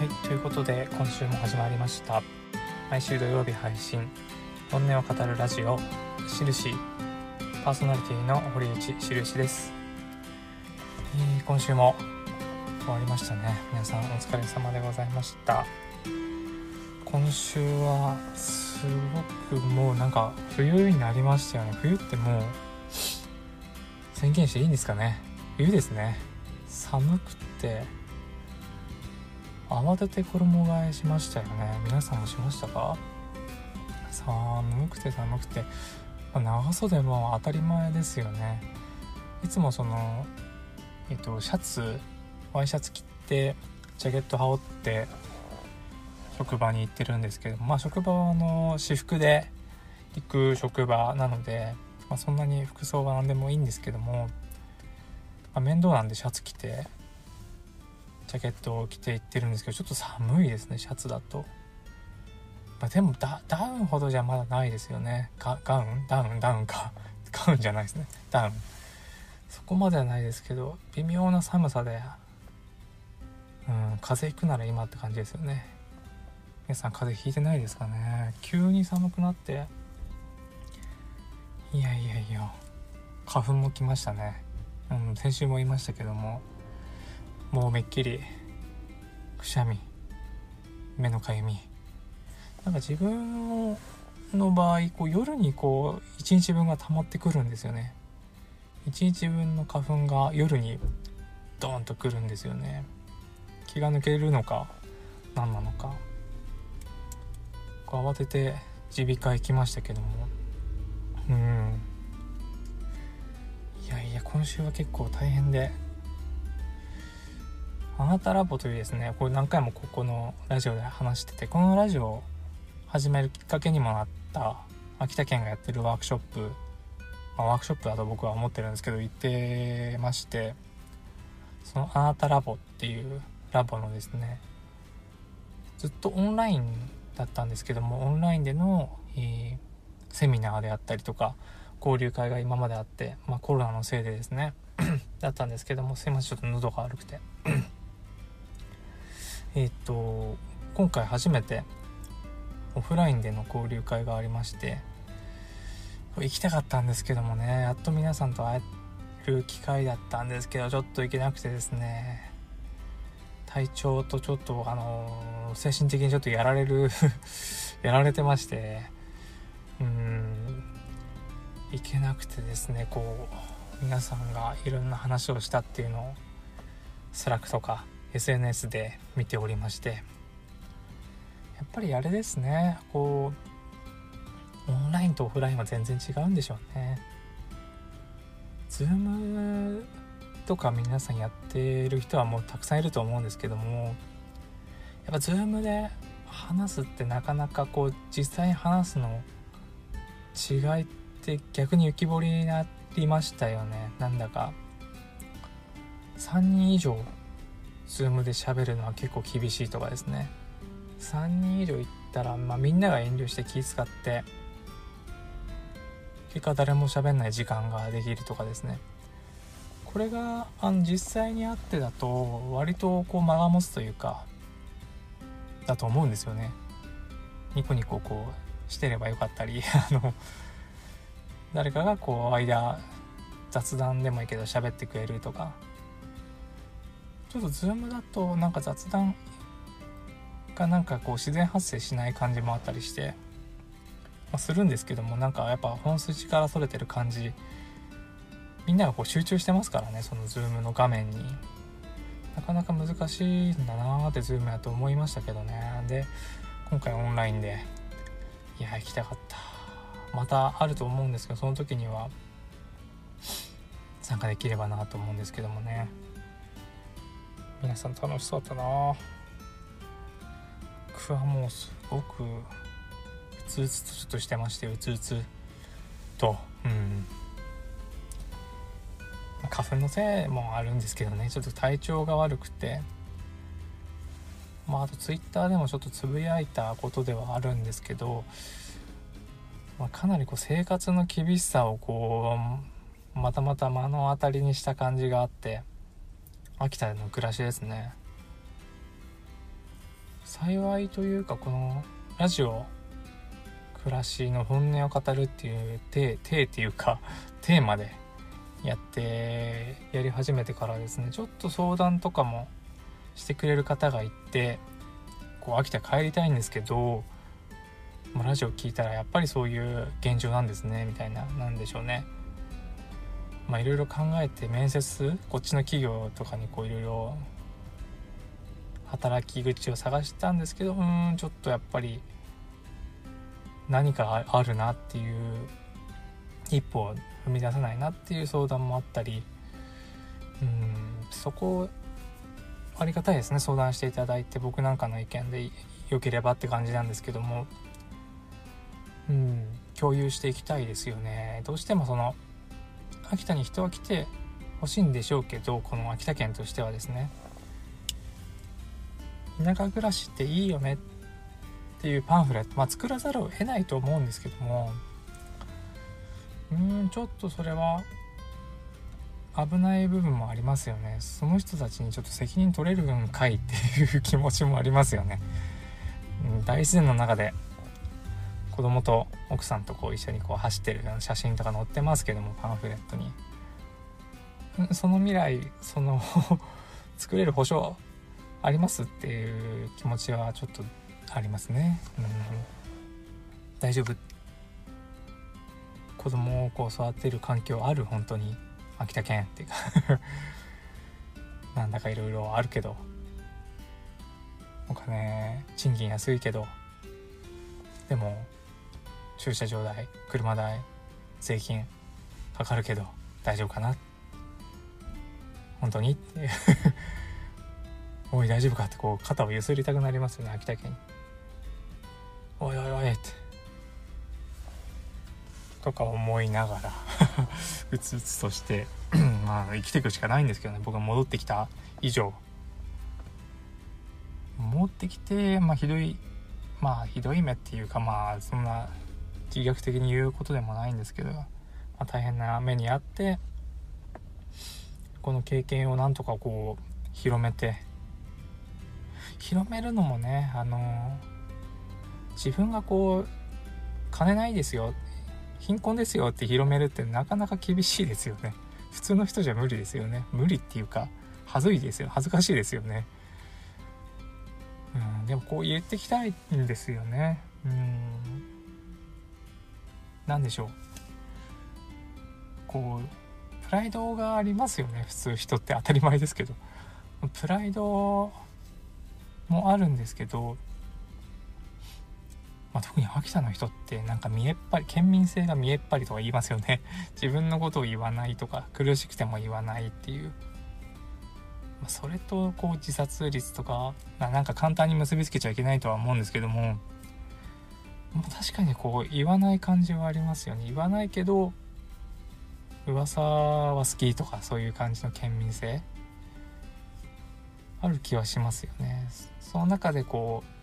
はい、ということで今週も始まりました。毎週土曜日配信、本音を語るラジオしるし、パーソナリティの堀内しるしです。今週も終わりましたね。皆さんお疲れ様でございました。今週はすごくもうなんか冬になりましたよね。冬ってもう宣言していいんですかね。冬ですね。寒くて慌てて衣替えしましたよね。皆さんもしましたか？寒くて、長袖も当たり前ですよね。いつもシャツ、ワイシャツ着てジャケット羽織って職場に行ってるんですけども、職場は私服で行く職場なので、そんなに服装は何でもいいんですけども、面倒なんでシャツ着てジャケットを着て行ってるんですけど、ちょっと寒いですね、シャツだと。でもダウンほどじゃまだないですよね。ダウンかガウンじゃないですね、ダウン。そこまではないですけど、微妙な寒さで、風邪ひくなら今って感じですよね。皆さん風邪ひいてないですかね。急に寒くなって、いや花粉も来ましたね。先週も言いましたけども、もうめっきりくしゃみ、目のかゆみ、なんか自分の場合夜に1日分が溜まってくるんですよね。1日分の花粉が夜にドーンとくるんですよね。気が抜けるのか何なのか、慌てて耳鼻科行きましたけども、今週は結構大変で、あなたラボというですね、これ何回もここのラジオで話してて、このラジオを始めるきっかけにもなった秋田県がやってるワークショップ、ワークショップだと僕は思ってるんですけど、行ってまして、そのあなたラボっていうラボのですね、ずっとオンラインだったんですけども、オンラインでの、セミナーであったりとか交流会が今まであって、コロナのせいでですねだったんですけども、すいません、ちょっと喉が悪くて今回初めてオフラインでの交流会がありまして、行きたかったんですけどもね、やっと皆さんと会える機会だったんですけど、ちょっと行けなくてですね、体調とちょっと精神的にちょっとやられてまして、行けなくてですね、皆さんがいろんな話をしたっていうのをスラックとか SNS で見ておりまして、やっぱりあれですね、オンラインとオフラインは全然違うんでしょうね。ズームとか皆さんやってる人はもうたくさんいると思うんですけども、やっぱズームで話すってなかなか実際に話すの違いって逆に浮き彫りになりましたよね。なんだか3人以上ズームで喋るのは結構厳しいとかですね、3人以上いったら、みんなが遠慮して気遣って結果誰も喋んない時間ができるとかですね。これが実際にあってだと割と間が持つというかだと思うんですよね。ニコニコしてればよかったり誰かが間雑談でもいいけど喋ってくれるとか、ちょっとズームだとなんか雑談が自然発生しない感じもあったりして、するんですけども、なんかやっぱ本筋からそれてる感じ、みんなが集中してますからね、そのズームの画面に。なかなか難しいんだなーってズームやと思いましたけどね。で今回オンラインで行きたかった。またあると思うんですけど、その時には参加できればなと思うんですけどもね。皆さん楽しそうだったな。僕はもうすごくうつうつとちょっとしてまして、うつうつと花粉のせいもあるんですけどね、ちょっと体調が悪くて、あとツイッターでもちょっとつぶやいたことではあるんですけど、かなり生活の厳しさをまた目の当たりにした感じがあって、秋田での暮らしですね。 幸いというか、このラジオ暮らしの本音を語るっていうっていうかテーマでやり始めてからですね、ちょっと相談とかもしてくれる方がいて、こう秋田帰りたいんですけど、ラジオ聞いたらやっぱりそういう現状なんですねみたいな、なんでしょうね、いろいろ考えて面接、こっちの企業とかにこういろいろ働き口を探したんですけど、ちょっとやっぱり何かあるなっていう、一歩を踏み出せないなっていう相談もあったり、そこありがたいですね、相談していただいて、僕なんかの意見で良ければって感じなんですけども、共有していきたいですよね。どうしてもその秋田に人は来てほしいんでしょうけど、この秋田県としてはですね、田舎暮らしっていいよねっていうパンフレット、作らざるを得ないと思うんですけども、ちょっとそれは危ない部分もありますよね。その人たちにちょっと責任取れるんかいっていう気持ちもありますよね。大自然の中で子供と奥さんとこう一緒にこう走ってる写真とか載ってますけども、パンフレットにその未来作れる保証ありますっていう気持ちはちょっとありますね。大丈夫、子供をこう育てる環境ある、本当に秋田県っていうかなんだかいろいろあるけど、お金賃金安いけど、でも駐車場代、車代、税金かかるけど大丈夫かな、本当にっていうおい大丈夫かってこう肩をゆすりたくなりますよね、秋田県に。おいおいおいってとか思いながらうつうつとして生きていくしかないんですけどね。僕が戻ってきた以上、戻ってきてひどい目っていうか、そんな自虐的に言うことでもないんですけど、大変な目にあって、この経験をなんとかこう広めるのもね、自分がこう金ないですよ、貧困ですよって広めるってなかなか厳しいですよね。普通の人じゃ無理ですよね。無理っていうか恥ずかしいですよね。でもこう言ってきたいんですよね。なんでしょう、こうプライドがありますよね。普通人って当たり前ですけど、プライドもあるんですけど、特に秋田の人ってなんか県民性が見えっ張りとか言いますよね。自分のことを言わないとか、苦しくても言わないっていう、それとこう自殺率とかなんか簡単に結びつけちゃいけないとは思うんですけども、確かにこう言わない感じはありますよね。言わないけど噂は好きとか、そういう感じの県民性ある気はしますよね。その中でこう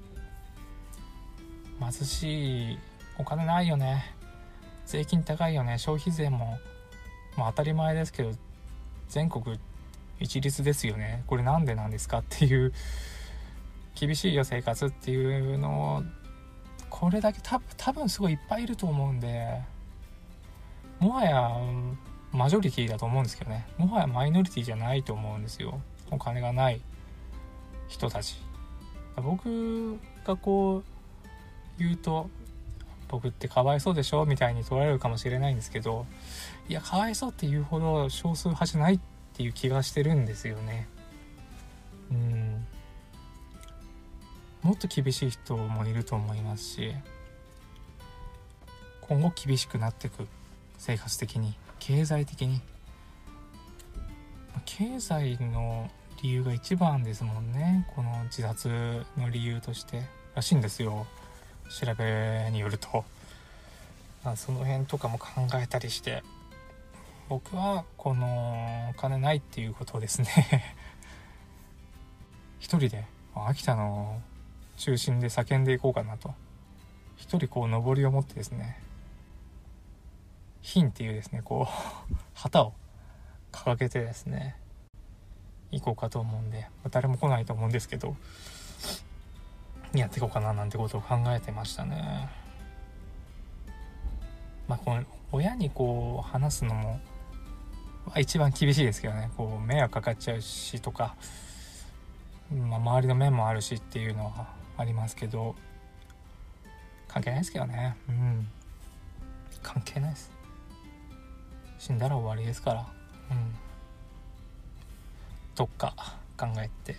貧しい、お金ないよね、税金高いよね、消費税も当たり前ですけど全国一律ですよね、これなんでなんですかっていう、厳しいよ生活っていうのを、これだけ多分すごいいっぱいいると思うんで、もはやマジョリティだと思うんですけどね。もはやマイノリティじゃないと思うんですよ、お金がない人たち。僕がこう言うと、僕ってかわいそうでしょみたいに取られるかもしれないんですけど、いやかわいそうっていうほど少数派じゃないっていう気がしてるんですよね。もっと厳しい人もいると思いますし、今後厳しくなっていく、生活的に、経済的に。経済の理由が一番ですもんね、この自殺の理由としてらしいんですよ、調べによると。その辺とかも考えたりして、僕はこのお金ないっていうことをですね一人で秋田の中心で叫んでいこうかなと。一人こう上りを持ってですね、品っていうですねこう旗を掲げてですね行こうかと思うんで、誰も来ないと思うんですけど、 やっていこうかななんてことを考えてましたね。この親にこう話すのも一番厳しいですけどね。こう迷惑かかっちゃうしとか、周りの面もあるしっていうのはありますけど、関係ないですけどね。関係ないです。死んだら終わりですから。どっか考えて、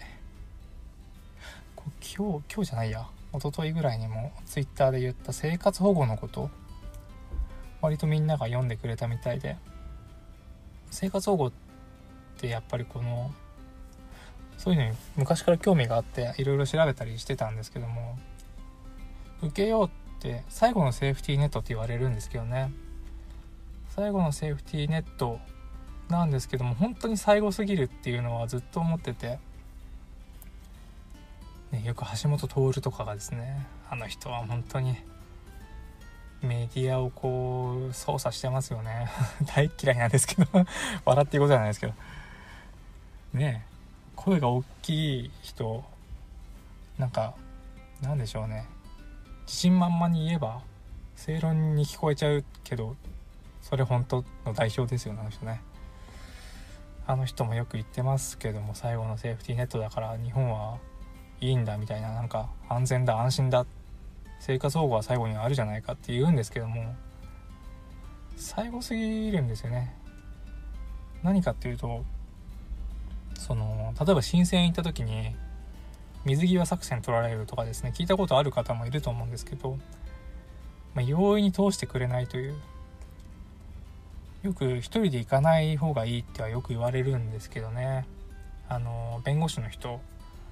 今日じゃないや、一昨日ぐらいにもツイッターで言った生活保護のこと、割とみんなが読んでくれたみたいで、生活保護ってやっぱりそういうのに昔から興味があっていろいろ調べたりしてたんですけども、受けようって最後のセーフティーネットって言われるんですけどね。最後のセーフティーネットなんですけども、本当に最後すぎるっていうのはずっと思ってて、よく橋本徹とかがですね、あの人は本当にメディアをこう操作してますよね大嫌いなんですけど笑っていうことじゃないですけどね。声が大きい人、なんでしょうね、自信満々に言えば正論に聞こえちゃうけど、それ本当の代表ですよね、あの人ね。あの人もよく言ってますけども、最後のセーフティーネットだから日本はいいんだみたいな、安全だ安心だ、生活保護は最後にあるじゃないかって言うんですけども、最後すぎるんですよね。何かっていうと、例えば申請行った時に水際作戦取られるとかですね、聞いたことある方もいると思うんですけど、容易に通してくれないという、よく一人で行かない方がいいってはよく言われるんですけどね。弁護士の人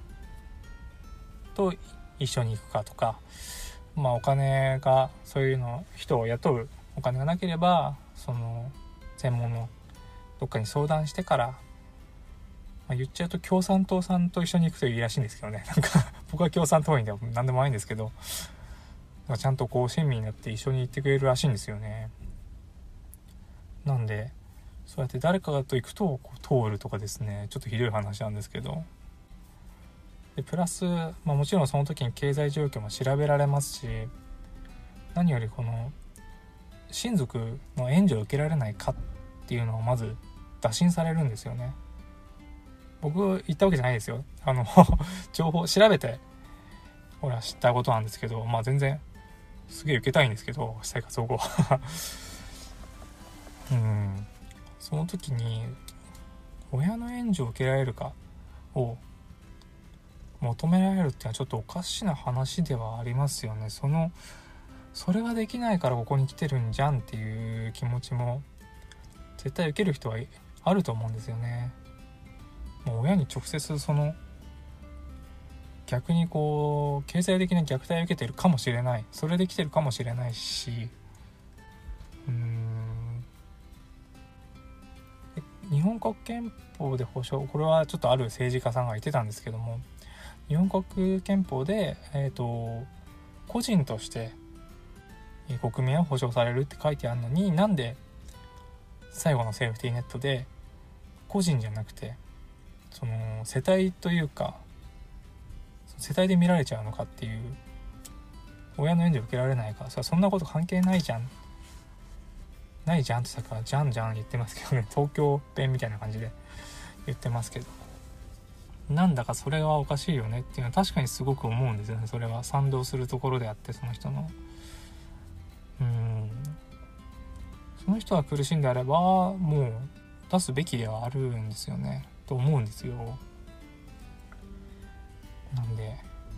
と一緒に行くかとか、お金が、そういう人を雇うお金がなければ、専門のどっかに相談してから、言っちゃうと共産党さんと一緒に行くといいらしいんですけどね。僕は共産党員では何でもないんですけど、ちゃんと親身になって一緒に行ってくれるらしいんですよね。なんでそうやって誰かと行くと通るとかですね、ちょっとひどい話なんですけど、でプラス、もちろんその時に経済状況も調べられますし、何より親族の援助を受けられないかっていうのをまず打診されるんですよね。僕言ったわけじゃないですよ。情報調べて俺は知ったことなんですけど、全然すげえ受けたいんですけど、生活保護その時に親の援助を受けられるかを求められるっていうのはちょっとおかしな話ではありますよね。それができないからここに来てるんじゃんっていう気持ちも絶対受ける人はあると思うんですよね。もう親に直接逆に経済的な虐待を受けてるかもしれない、それで来てるかもしれないし、日本国憲法で保障、これはちょっとある政治家さんが言ってたんですけども、日本国憲法で、個人として国民は保障されるって書いてあるのに、なんで最後のセーフティーネットで個人じゃなくて世帯というか世帯で見られちゃうのかっていう、親の援助受けられないから、そんなこと関係ないじゃんってさっきからじゃんじゃん言ってますけどね、東京弁みたいな感じで言ってますけど、なんだかそれはおかしいよねっていうのは確かにすごく思うんですよね。それは賛同するところであって、その人のその人が苦しいんであればもう出すべきではあるんですよねと思うんですよ。なんで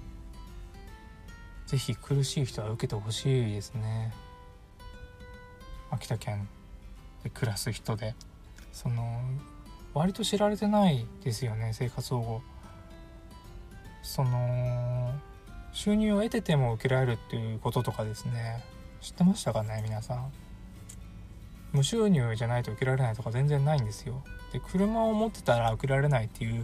ぜひ苦しい人は受けてほしいですね。秋田県で暮らす人で割と知られてないですよね、生活保護。収入を得てても受けられるっていうこととかですね、知ってましたかね皆さん。無収入じゃないと受けられないとか全然ないんですよ。で車を持ってたら受けられないっていう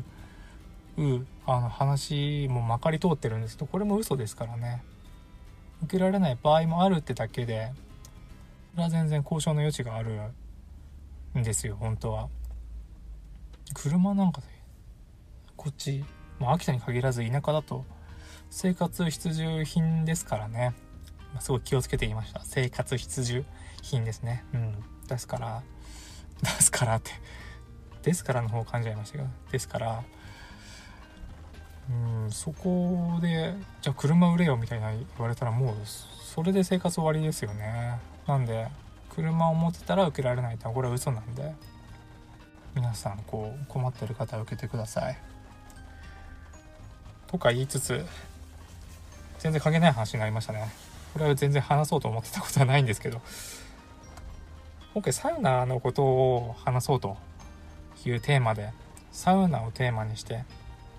話もまかり通ってるんですけど、これも嘘ですからね。受けられない場合もあるってだけで、これは全然交渉の余地があるんですよ本当は。車なんかでこっち、秋田に限らず田舎だと生活必需品ですからね。すごい気をつけて言いました。生活必需品ですね。ですからってですからの方を感じちゃいましたけど、ですからそこでじゃあ車売れよみたいな言われたら、もうそれで生活終わりですよね。なんで車を持ってたら受けられないと、これは嘘なんで、皆さんこう困ってる方は受けてくださいとか言いつつ、全然関係ない話になりましたね。これは全然話そうと思ってたことはないんですけど、今回サウナのことを話そうというテーマで、サウナをテーマにして、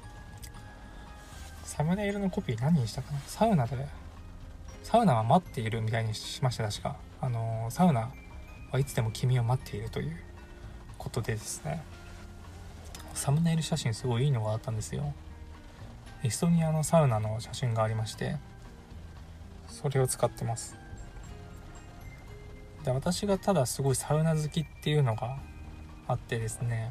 サムネイルのコピー何にしたかな。サウナは待っているみたいにしました。確かサウナはいつでも君を待っているということでですね、サムネイル写真すごいいいのがあったんですよ。エストニアのサウナの写真がありまして、それを使ってます。で、私がただすごいサウナ好きっていうのがあってですね、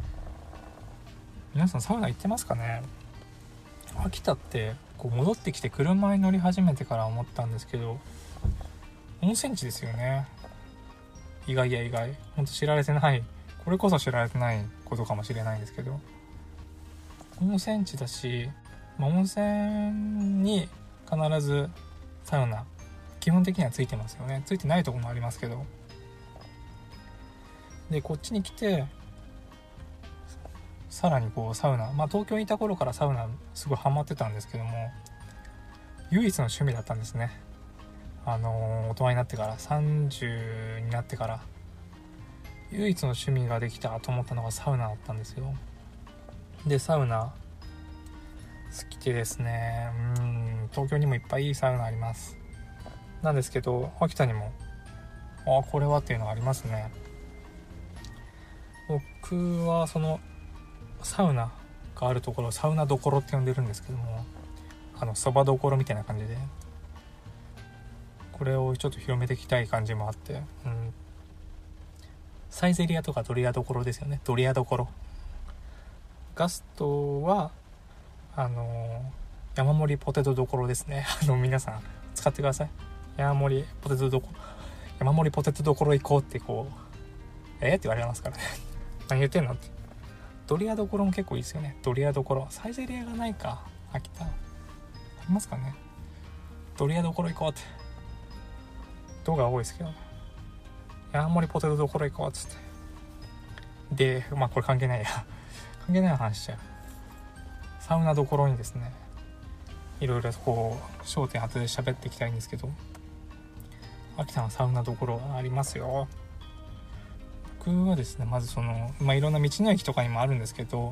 皆さんサウナ行ってますかね。秋田ってこう戻ってきて車に乗り始めてから思ったんですけど、温泉地ですよね。意外ほんと知られてない、これこそ知られてないことかもしれないんですけど、温泉地だし、温泉に必ずサウナ基本的にはついてますよね。ついてないところもありますけど、でこっちに来てさらにこうサウナ、東京にいた頃からサウナすごいハマってたんですけども、唯一の趣味だったんですね。大人になってから、30になってから唯一の趣味ができたと思ったのがサウナだったんですよ。でサウナ好きでですね、東京にもいっぱいいいサウナあります。なんですけど、秋田にもこれはっていうのがありますね。僕はそのサウナがあるところ、サウナどころって呼んでるんですけども、そばどころみたいな感じで、これをちょっと広めていきたい感じもあって、サイゼリヤとかドリアどころですよね。ドリアどころ。ガストは山盛りポテトどころですね。皆さん使ってください。山盛りポテトどころ行こうってこうって言われますからね。何言ってんのって。ドリアどころも結構いいですよね。ドリアどころ。サイゼリヤがないか、秋田ありますかね。ドリアどころ行こうって動画が多いですけど、山盛りポテトどころ行こうっつって、でこれ関係ない話しちゃう。サウナどころにですね、いろいろこう焦点当てて喋っていきたいんですけど、秋田のサウナどころありますよ。僕はですね、まずいろんな道の駅とかにもあるんですけど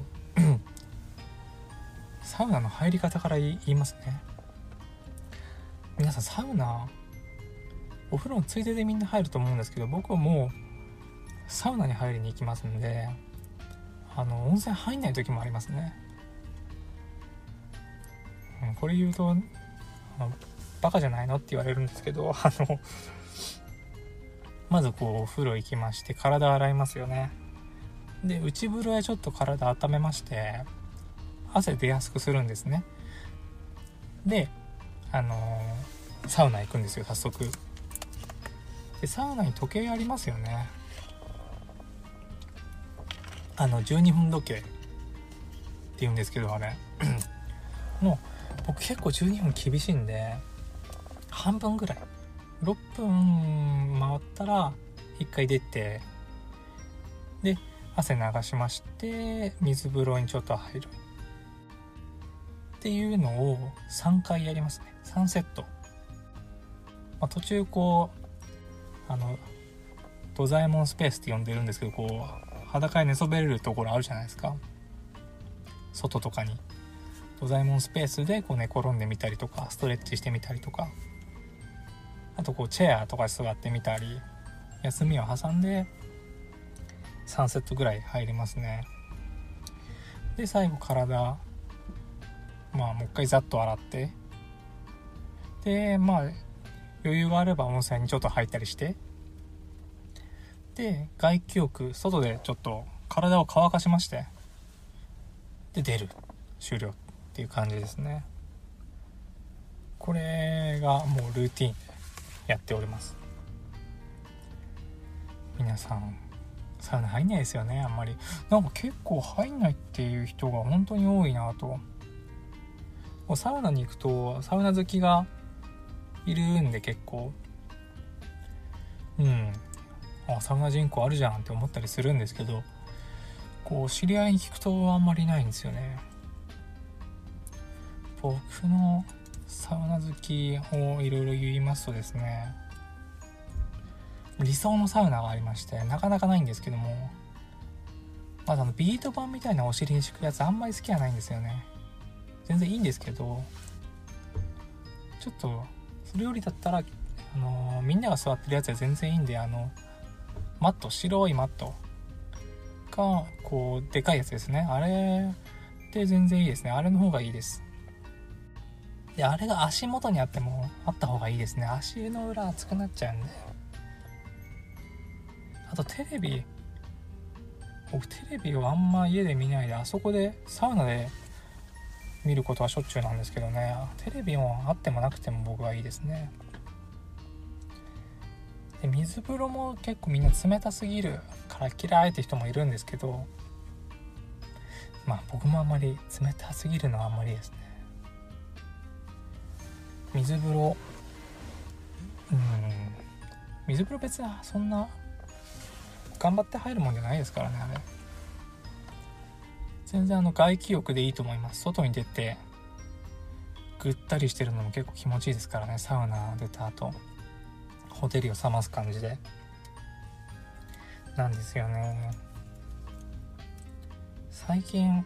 サウナの入り方から言いますね。皆さんサウナお風呂のついででみんな入ると思うんですけど、僕はもうサウナに入りに行きますんで、温泉入んない時もありますね。これ言うとバカじゃないのって言われるんですけど、まずこうお風呂行きまして、体洗いますよね。で内風呂へちょっと体温めまして、汗出やすくするんですね。でサウナ行くんですよ、早速。でサウナに時計ありますよね。12分時計って言うんですけど、あれもう僕結構12分厳しいんで、半分ぐらい6分回ったら1回出て、で汗流しまして水風呂にちょっと入るっていうのを3回やりますね。3セット、途中こう土左衛門スペースって呼んでるんですけど、こう裸に寝そべれるところあるじゃないですか、外とかに。土左衛門スペースでこう寝転んでみたりとか、ストレッチしてみたりとか、あとこうチェアとか座ってみたり、休みを挟んで3セットぐらい入りますね。で最後体もう一回ざっと洗って、で余裕があれば温泉にちょっと入ったりして、で外気浴、外でちょっと体を乾かしまして、で出る、終了っていう感じですね。 これがもうルーティンでやっております。皆さんサウナ入んないですよね。あんまりなんか結構入んないっていう人が本当に多いなと。サウナに行くとサウナ好きがいるんで、結構サウナ人口あるじゃんって思ったりするんですけど、こう知り合いに聞くとあんまりいないんですよね。僕のサウナ好きをいろいろ言いますとですね、理想のサウナがありまして、なかなかないんですけども、まだビート板みたいなお尻に敷くやつあんまり好きじゃないんですよね。全然いいんですけど、ちょっとそれよりだったらみんなが座ってるやつは全然いいんで、マット、白いマットがこうでかいやつですね。あれで全然いいですね。あれの方がいいです。で、あれが足元にあってもあった方がいいですね。足の裏熱くなっちゃうんで。あと僕テレビをあんま家で見ないで、あそこでサウナで見ることはしょっちゅうなんですけどね。テレビもあってもなくても僕はいいですね。で、水風呂も結構みんな冷たすぎるから嫌いって人もいるんですけど、僕もあんまり冷たすぎるのはあんまりですね。水風呂別にそんな頑張って入るもんじゃないですからね。あれ全然外気浴でいいと思います。外に出てぐったりしてるのも結構気持ちいいですからね。サウナ出た後ホテルを冷ます感じでなんですよね。最近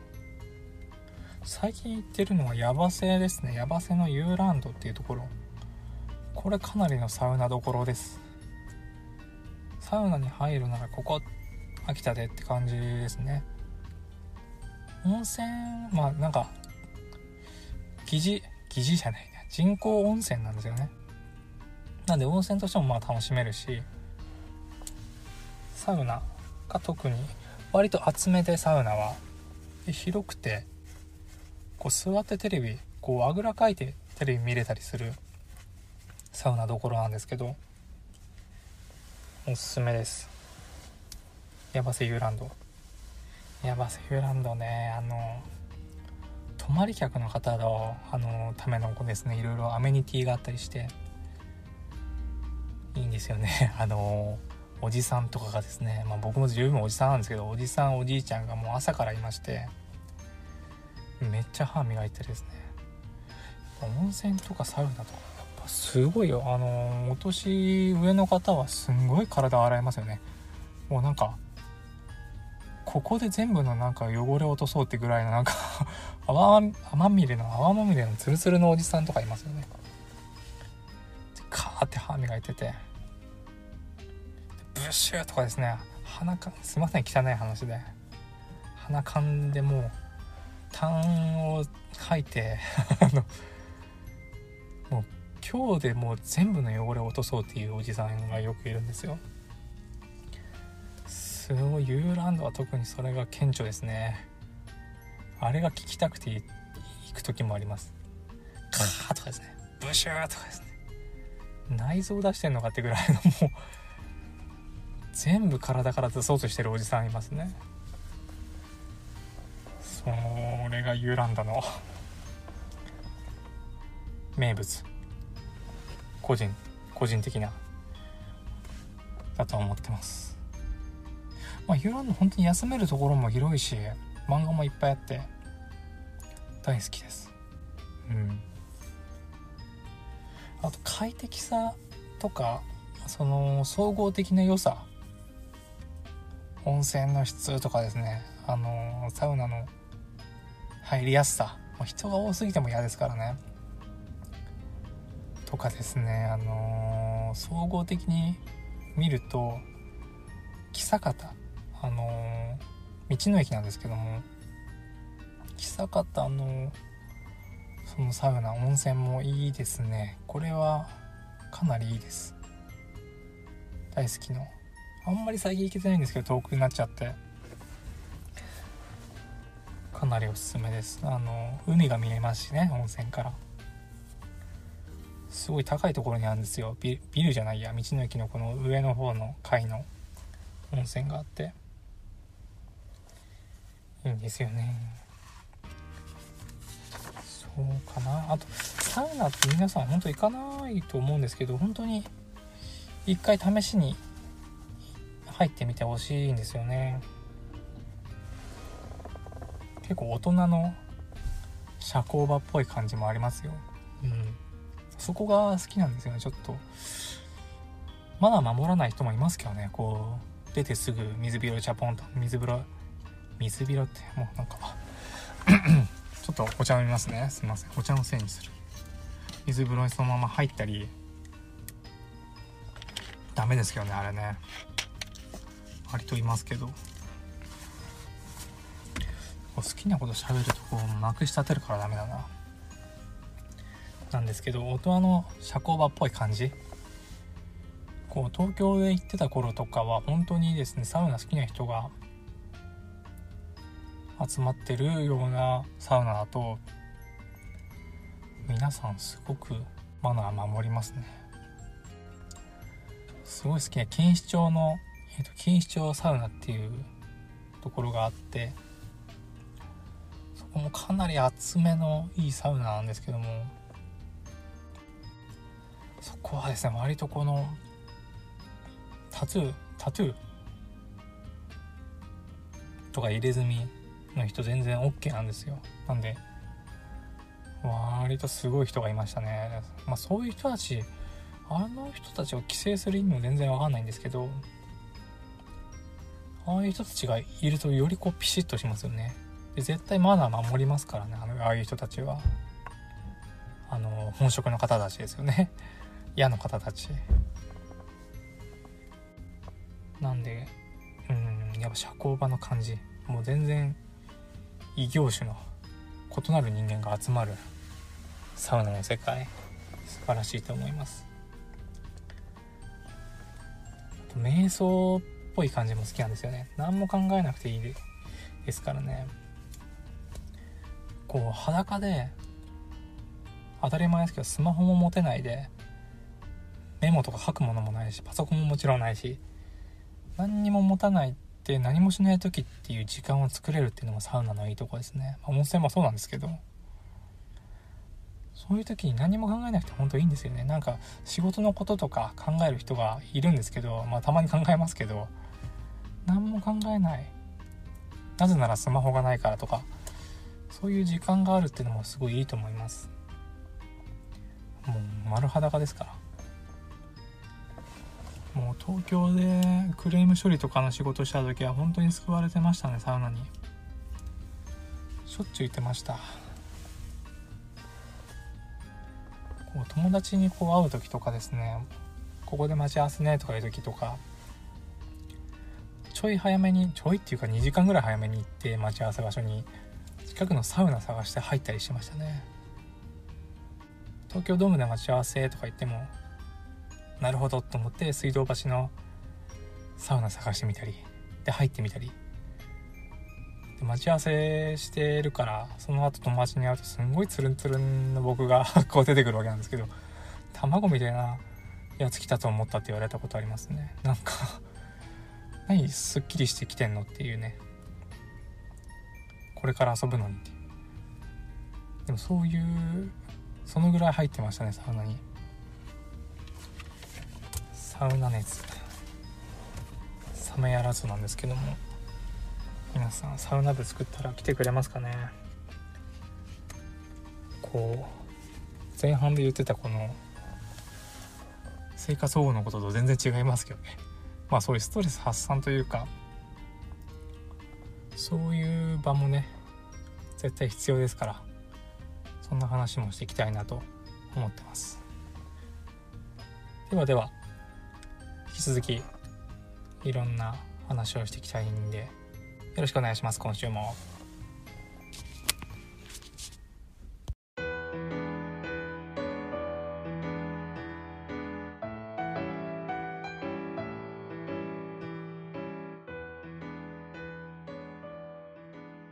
行ってるのはヤバセですね。ヤバセのユーランドっていうところ、これかなりのサウナどころです。サウナに入るならここ秋田でって感じですね。温泉なんか疑似じゃないね、人工温泉なんですよね。なんで温泉としても楽しめるし、サウナが特に割と厚めで、サウナは広くてこう座ってテレビあぐらかいてテレビ見れたりするサウナどころなんですけど、おすすめです。ヤバセユーランドね。泊まり客の方のためのですね、いろいろアメニティがあったりしていいんですよね。おじさんとかがですね、僕も十分おじさんなんですけど、おじさんおじいちゃんがもう朝からいまして、めっちゃ歯磨いてですね。温泉とかサウナとかやっぱすごいよ。お年上の方はすんごい体洗いますよね。もうなんかここで全部の汚れを落とそうってぐらいの泡まみれのツルツルのおじさんとかいますよね。カーって歯磨いてて、ブッシュとかですね、すいません汚い話で、鼻かんでもう痰を吐いてもう今日でもう全部の汚れを落とそうっていうおじさんがよくいるんですよ。すごい、ユーランドは特にそれが顕著ですね。あれが聞きたくて行く時もあります。カーとかですね、ブシューとかですね、内臓出してんのかってぐらいのもう全部体から出そうとしてるおじさんいますね。それがユーランドの名物、個人的なだと思ってます。ユーランド本当に休めるところも広いし、漫画もいっぱいあって大好きです。あと快適さとか、その総合的な良さ、温泉の質とかですね、サウナの入りやすさ、人が多すぎても嫌ですからねとかですね、総合的に見ると久方、道の駅なんですけども、久方のそのサウナ、温泉もいいですね。これはかなりいいです。大好きの。あんまり最近行けてないんですけど、遠くになっちゃってかなりおすすめです。海が見えますしね、温泉から。 すごい高いところにあるんですよ。ビルじゃないや、道の駅のこの上の方の階の温泉があっていいんですよね。そうかな。あとサウナって皆さん本当行かないと思うんですけど、本当に一回試しに入ってみてほしいんですよね。結構大人の社交場っぽい感じもありますよ。そこが好きなんですよね。ちょっとまだ守らない人もいますけどね。こう出てすぐ水風呂ジャポンと水風呂ってもうなんかちょっとお茶飲みますね。すいません、お茶のせいにする。水風呂にそのまま入ったりダメですけどね、あれね。割といますけど、好きなこと喋るとこうまくし立てるからダメだな。なんですけど、大人の社交場っぽい感じ、こう東京で行ってた頃とかは本当にですね、サウナ好きな人が集まってるようなサウナだと皆さんすごくマナー守りますね。すごい好きな錦糸町の、錦糸町サウナっていうところがあって、そこもかなり厚めのいいサウナなんですけども、そこはですね、割とこのタトゥーとか入れ墨の人全然 OK なんですよ。なんで割とすごい人がいましたね。そういう人たち、あの人たちを規制する意味も全然わかんないんですけど、ああいう人たちがいるとよりこうピシッとしますよね。で絶対マナー守りますからね、ああいう人たちは。本職の方たちですよね嫌の方たちなんで、やっぱ社交場の感じ、もう全然異業種の異なる人間が集まるサウナの世界、素晴らしいと思います。あと瞑想っぽい感じも好きなんですよね。何も考えなくていいですからね。こう裸で、当たり前ですけどスマホも持てないで、メモとか書くものもないし、パソコンももちろんないし、何にも持たないって何もしない時っていう時間を作れるっていうのもサウナのいいとこですね。温泉もそうなんですけど、そういう時に何も考えなくて本当いいんですよね。なんか仕事のこととか考える人がいるんですけど、たまに考えますけど、何も考えない、なぜならスマホがないからとか、そういう時間があるっていうのもすごいいいと思います。もう丸裸ですから。もう東京でクレーム処理とかの仕事した時は本当に救われてましたね。サウナにしょっちゅう行ってました。こう友達にこう会う時とかですね、ここで待ち合わせねとかいう時とか、ちょい早めに、ちょいっていうか2時間ぐらい早めに行って、待ち合わせ場所に近くのサウナ探して入ったりしてましたね。東京ドームで待ち合わせとか言っても、なるほどと思って水道橋のサウナ探してみたりで入ってみたりで、待ち合わせしてるからその後友達に会うとすんごいツルンツルンの僕がこう出てくるわけなんですけど、卵みたいなやつ来たと思ったって言われたことありますね。なんか何すっきりしてきてんのっていうね、これから遊ぶのにって。でもそういう、そのぐらい入ってましたね、サウナに。サウナ熱冷めやらずなんですけども、皆さんサウナ部作ったら来てくれますかね。こう前半で言ってたこの生活保護のことと全然違いますけどね。そういうストレス発散というか、そういう場もね絶対必要ですから、そんな話もしていきたいなと思ってます。では引き続きいろんな話をしていきたいんでよろしくお願いします。今週も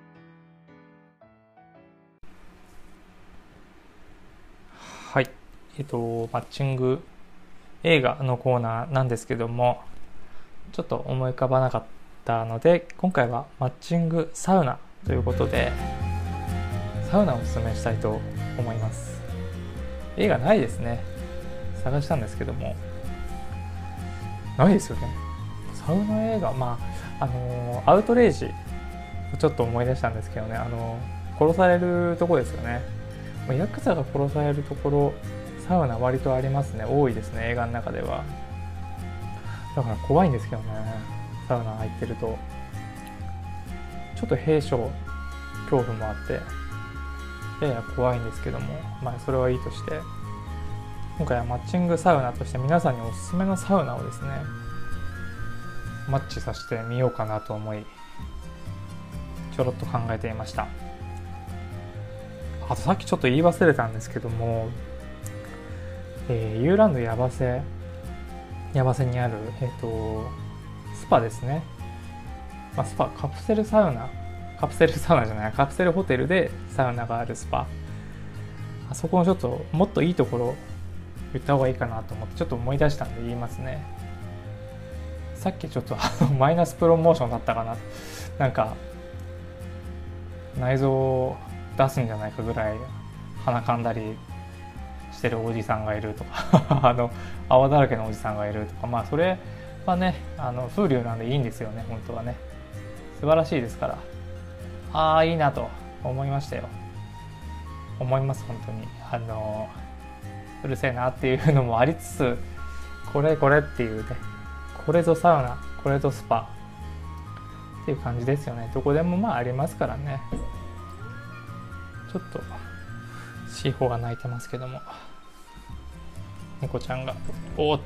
はい、 マッチング映画のコーナーなんですけども、ちょっと思い浮かばなかったので、今回はマッチングサウナということで、サウナをおすすめしたいと思います。映画ないですね。探したんですけどもないですよね。サウナ映画、アウトレイジちょっと思い出したんですけどね、殺されるとこですよね。ヤクザが殺されるところ、サウナ割とありますね。多いですね、映画の中では。だから怖いんですけどね、サウナ入ってるとちょっと閉所恐怖もあってやや怖いんですけども、それはいいとして、今回はマッチングサウナとして皆さんにおすすめのサウナをですねマッチさせてみようかなと思い、ちょろっと考えていました。あとさっきちょっと言い忘れたんですけども、ユーランドヤバセにある、スパですね。スパ、カプセルホテルでサウナがあるスパ、あそこのちょっともっといいところ言った方がいいかなと思ってちょっと思い出したんで言いますね。さっきちょっとマイナスプロモーションだったかな、なんか内臓を出すんじゃないかぐらい鼻かんだりしてるおじさんがいるとか泡だらけのおじさんがいるとか、それはね風流なんでいいんですよね。本当はね素晴らしいですから、いいなと思いましたよ。思います本当に。うるせえなっていうのもありつつ、これっていうね、これぞサウナ、これぞスパっていう感じですよね。どこでもありますからね。ちょっとシーホーが鳴いてますけども、猫ちゃんがちょ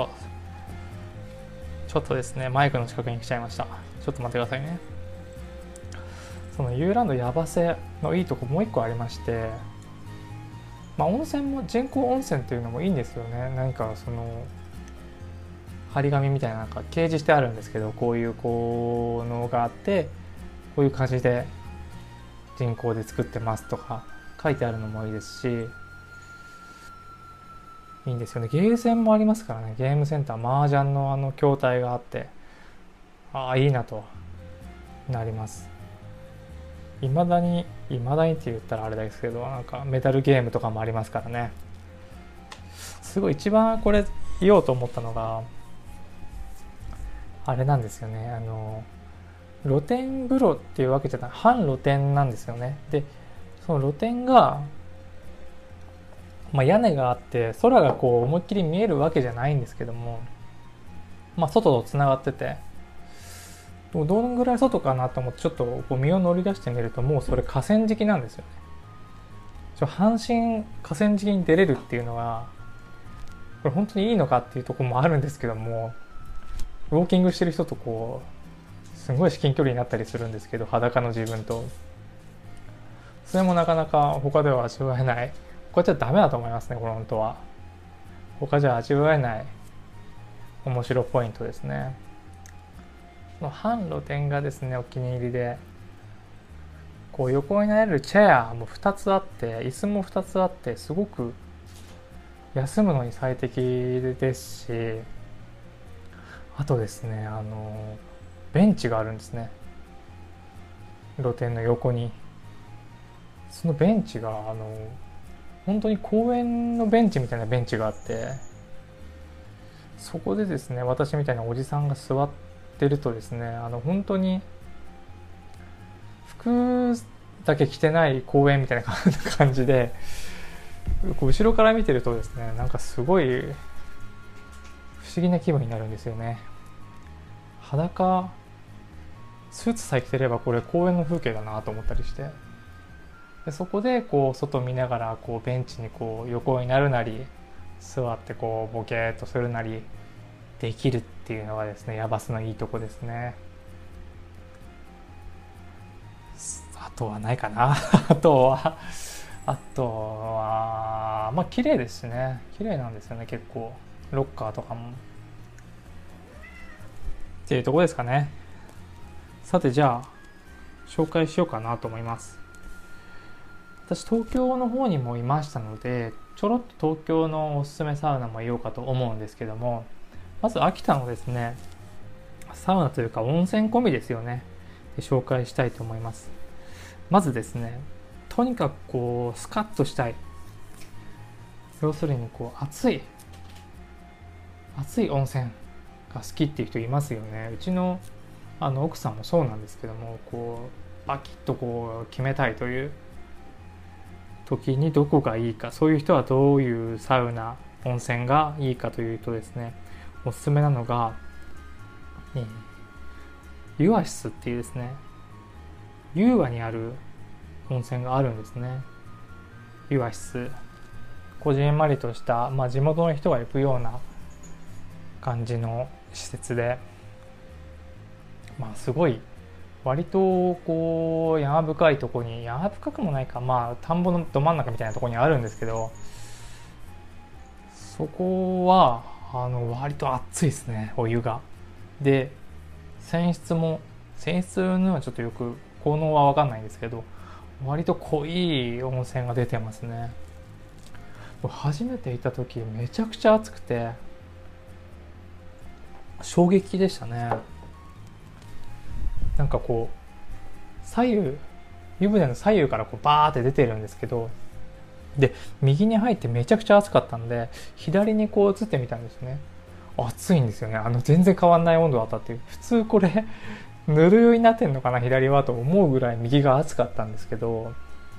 っとですねマイクの近くに来ちゃいました。ちょっと待ってくださいね。そのユーランドヤバセのいいとこもう一個ありまして、温泉も人工温泉っていうのもいいんですよね。何かその張り紙みたいな、掲示してあるんですけど、こういう効能があってこういう感じで人工で作ってますとか書いてあるのもいいですし、いいんですよね。ゲーセンもありますからね。ゲームセンター、麻雀の筐体があって、いいなとなります。いまだにって言ったらあれですけど、メダルゲームとかもありますからね。すごい一番これ言おうと思ったのがあれなんですよね。露天風呂っていうわけじゃない、半露天なんですよね。でその露天が、屋根があって空がこう思いっきり見えるわけじゃないんですけども、外とつながってて、どのぐらい外かなと思ってちょっとこう身を乗り出してみると、もうそれ河川敷なんですよね。半身河川敷に出れるっていうのはこれ本当にいいのかっていうところもあるんですけども、ウォーキングしてる人とこうすごい至近距離になったりするんですけど、裸の自分と、それもなかなか他では味わえない、他じゃダメだと思いますね。これ本当は他じゃ味わえない面白ポイントですね。半露天がですねお気に入りで、こう横になれるチェアも2つあって、椅子も2つあって、すごく休むのに最適ですし、あとですねベンチがあるんですね、露天の横に。そのベンチが本当に公園のベンチみたいなベンチがあって、そこでですね私みたいなおじさんが座ってるとですね、本当に服だけ着てない公園みたいな感じで、後ろから見てるとですね、すごい不思議な気分になるんですよね。裸スーツさえ着てればこれ公園の風景だなと思ったりして、でそこでこう外見ながらこうベンチにこう横になるなり座ってこうボケーっとするなりできるっていうのがですねヤバスのいいとこですね。あとはないかなあとは綺麗ですしね。綺麗なんですよね結構。ロッカーとかもっていうとこですかね。さてじゃあ紹介しようかなと思います。 私東京の方にもいましたので、ちょろっと東京のおすすめサウナも言おうかと思うんですけども、まず秋田のですね、サウナというか温泉込みですよね、紹介したいと思います。まずですね、とにかくこうスカッとしたい、要するにこう熱い温泉が好きっていう人いますよね。うちの奥さんもそうなんですけども、こうバキッとこう決めたいという時にどこがいいか、そういう人はどういうサウナ温泉がいいかというとですね、おすすめなのが、ユアシスっていうですね、優雅にある温泉があるんですね。ユアシス、こじんまりとした、地元の人が行くような感じの施設で、すごい割とこう山深いとこに、山深くもないか、田んぼのど真ん中みたいなところにあるんですけど、そこは割と熱いですね、お湯が。で、泉質のはちょっとよく効能は分かんないんですけど、割と濃い温泉が出てますね。初めて行った時めちゃくちゃ暑くて衝撃でしたね。なんかこう湯船の左右からこうバーって出てるんですけど、で右に入ってめちゃくちゃ暑かったんで、左にこう移ってみたんですね。暑いんですよね。全然変わんない温度だったっていう。普通これぬるいになってんのかな左はと思うぐらい右が暑かったんですけど、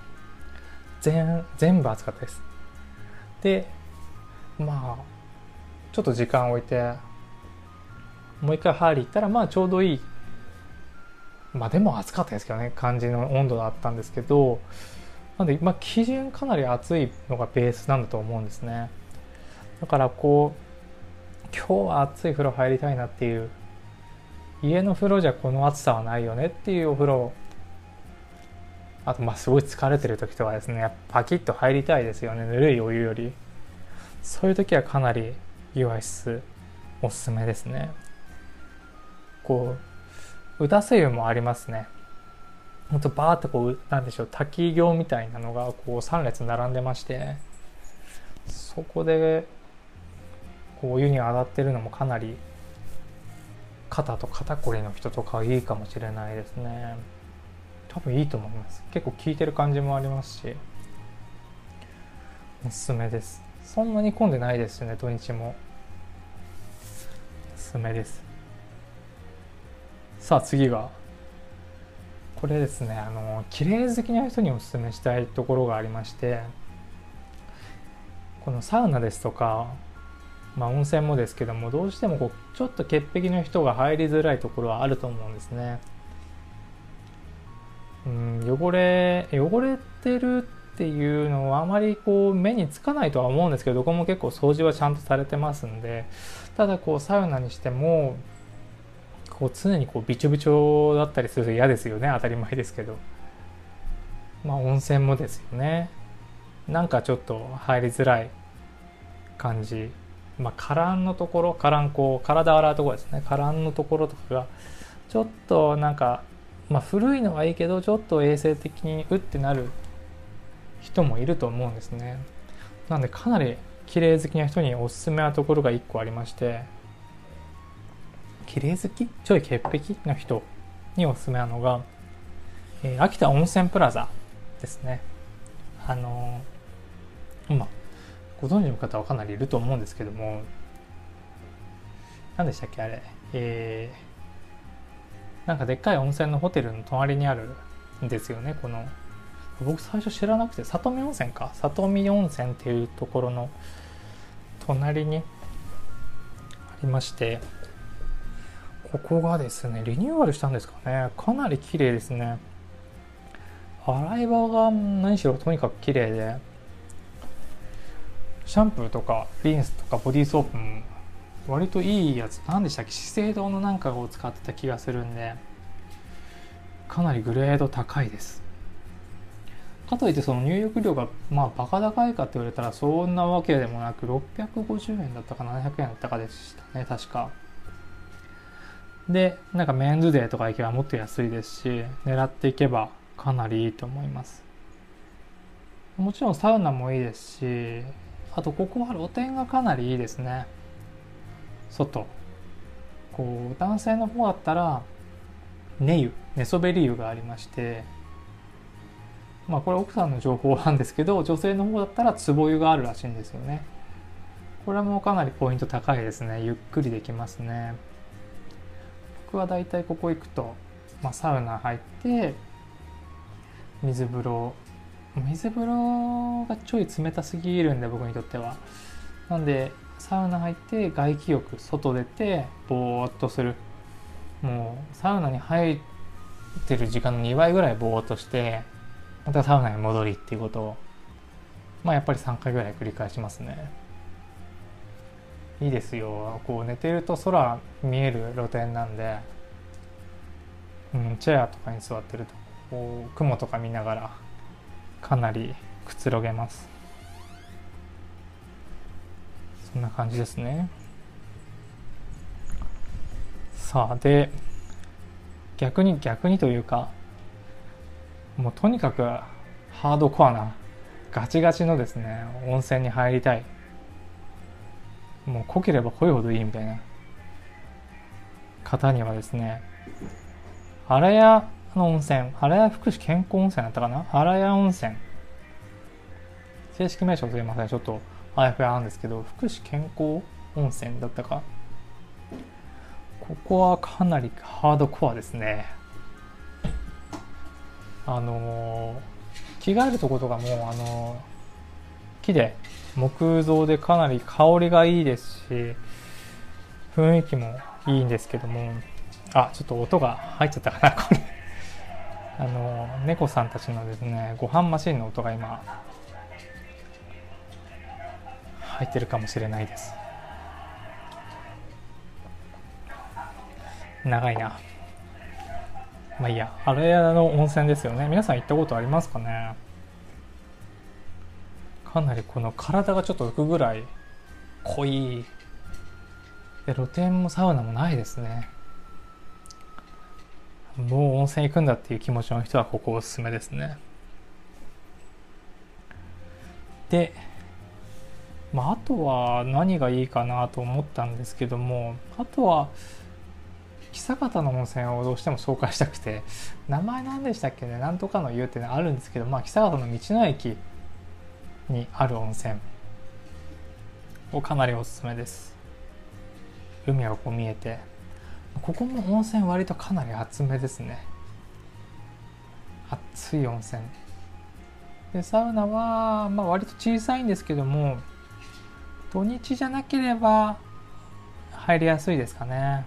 全部暑かったです。でちょっと時間を置いてもう一回入り行ったらちょうどいい、でも暑かったですけどね、感じの温度だったんですけど、なんで基準かなり暑いのがベースなんだと思うんですね。だからこう今日は暑い風呂入りたいなっていう、家の風呂じゃこの暑さはないよねっていうお風呂、あとすごい疲れてる時とかですね、パキッと入りたいですよね、ぬるいお湯より。そういう時はかなりユアシスおすすめですね。こう打たせ湯もありますね。ほんとバーっとこう滝行みたいなのがこう3列並んでまして、そこでこうお湯に上がってるのもかなり肩と肩こりの人とかいいかもしれないですね。多分いいと思います。結構効いてる感じもありますし、おすすめです。そんなに混んでないですしね、土日も。おすすめです。さあ次がこれですね、綺麗好きな人におすすめしたいところがありまして、このサウナですとか、温泉もですけども、どうしてもちょっと潔癖の人が入りづらいところはあると思うんですね。汚れてるっていうのはあまりこう目につかないとは思うんですけど、どこも結構掃除はちゃんとされてますんで、ただこうサウナにしてもこう常にこうびちょびちょだったりすると嫌ですよね。当たり前ですけど、温泉もですよね。なんかちょっと入りづらい感じ、カランのところ、こう体洗うところですね、カランのところとかがちょっとなんか古いのはいいけど、ちょっと衛生的にってなる人もいると思うんですね。なんでかなり綺麗好きな人におすすめなところが1個ありまして、綺麗好きちょい潔癖な人におすすめなのが、秋田温泉プラザですね。ご存知の方はかなりいると思うんですけども、何でしたっけあれ、なんかでっかい温泉のホテルの隣にあるんですよね。僕最初知らなくて、里見温泉っていうところの隣にありまして、ここがですねリニューアルしたんですかね。かなり綺麗ですね。洗い場が何しろとにかく綺麗で、シャンプーとかリンスとかボディーソープも割といいやつ、何でしたっけ、資生堂のなんかを使ってた気がするんで、かなりグレード高いです。かといってその入浴料がバカ高いかって言われたらそんなわけでもなく、650円だったか700円だったかでしたね、確か。でなんかメンズデーとか行けばもっと安いですし、狙っていけばかなりいいと思います。 もちろんサウナもいいですし、あとここは露天がかなりいいですね。外こう男性の方だったら寝そべり湯がありまして、まあこれ奥さんの情報なんですけど、女性の方だったら壺湯があるらしいんですよね。これもかなりポイント高いですね。ゆっくりできますね。僕はだいたいここ行くと、サウナ入って水風呂がちょい冷たすぎるんで僕にとっては。なんでサウナ入って外気浴、外出てぼーっとする。もうサウナに入ってる時間の2倍ぐらいぼーっとしてまたサウナに戻りっていうことをやっぱり3回ぐらい繰り返しますね。いいですよ。こう寝てると空見える露天なんで、チェアとかに座ってるとこう雲とか見ながらかなりくつろげます。そんな感じですね。さあで逆にというか、もうとにかくハードコアなガチガチのですね温泉に入りたい、もう濃ければ濃いほどいいみたいな方にはですね、荒谷の温泉、荒谷福祉健康温泉だったかな、荒谷温泉、正式名称すいません、ちょっとあやふやなんですけど、福祉健康温泉だったか、ここはかなりハードコアですね。着替えるとことかも木で木造でかなり香りがいいですし雰囲気もいいんですけども、ちょっと音が入っちゃったかなこれ猫さんたちのですねご飯マシンの音が今入ってるかもしれないです。長いな。いいや、荒谷の温泉ですよね。皆さん行ったことありますかね。かなりこの体がちょっと浮くぐらい濃いで、露天もサウナもないですね。もう温泉行くんだっていう気持ちの人はここおすすめですね。で、あとは何がいいかなと思ったんですけども、あとは久方の温泉をどうしても紹介したくて、名前何でしたっけね、なんとかの湯ってあるんですけど、久方の道の駅にある温泉をかなりおすすめです。海がこう見えて、ここも温泉割とかなり熱めですね。熱い温泉で、サウナは割と小さいんですけども、土日じゃなければ入りやすいですかね。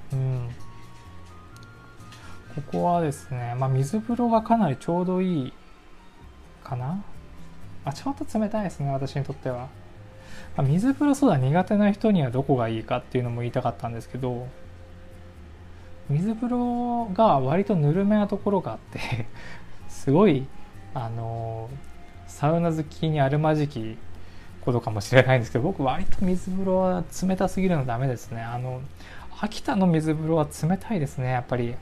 ここはですね、水風呂がかなりちょうどいいかな。ちょっと冷たいですね、私にとっては。水風呂そうだ苦手な人にはどこがいいかっていうのも言いたかったんですけど、水風呂が割とぬるめなところがあってすごいサウナ好きにあるまじきことかもしれないんですけど、僕割と水風呂は冷たすぎるのダメですね。秋田の水風呂は冷たいですね。やっぱり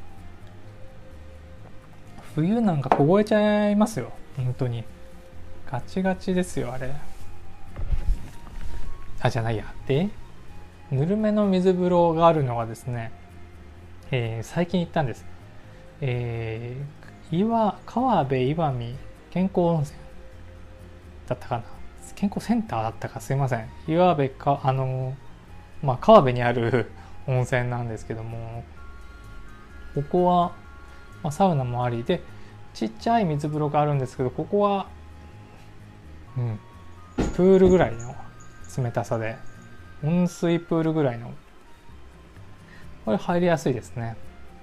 冬なんか凍えちゃいますよ、本当にガチガチですよあれ。じゃないや。で、ぬるめの水風呂があるのがですね、最近行ったんです。川辺岩見健康温泉だったかな、健康センターだったか、すいません。岩辺か川辺にある温泉なんですけども、ここは、サウナもありでちっちゃい水風呂があるんですけど、ここはプールぐらいの冷たさで、温水プールぐらいの、これ入りやすいですね。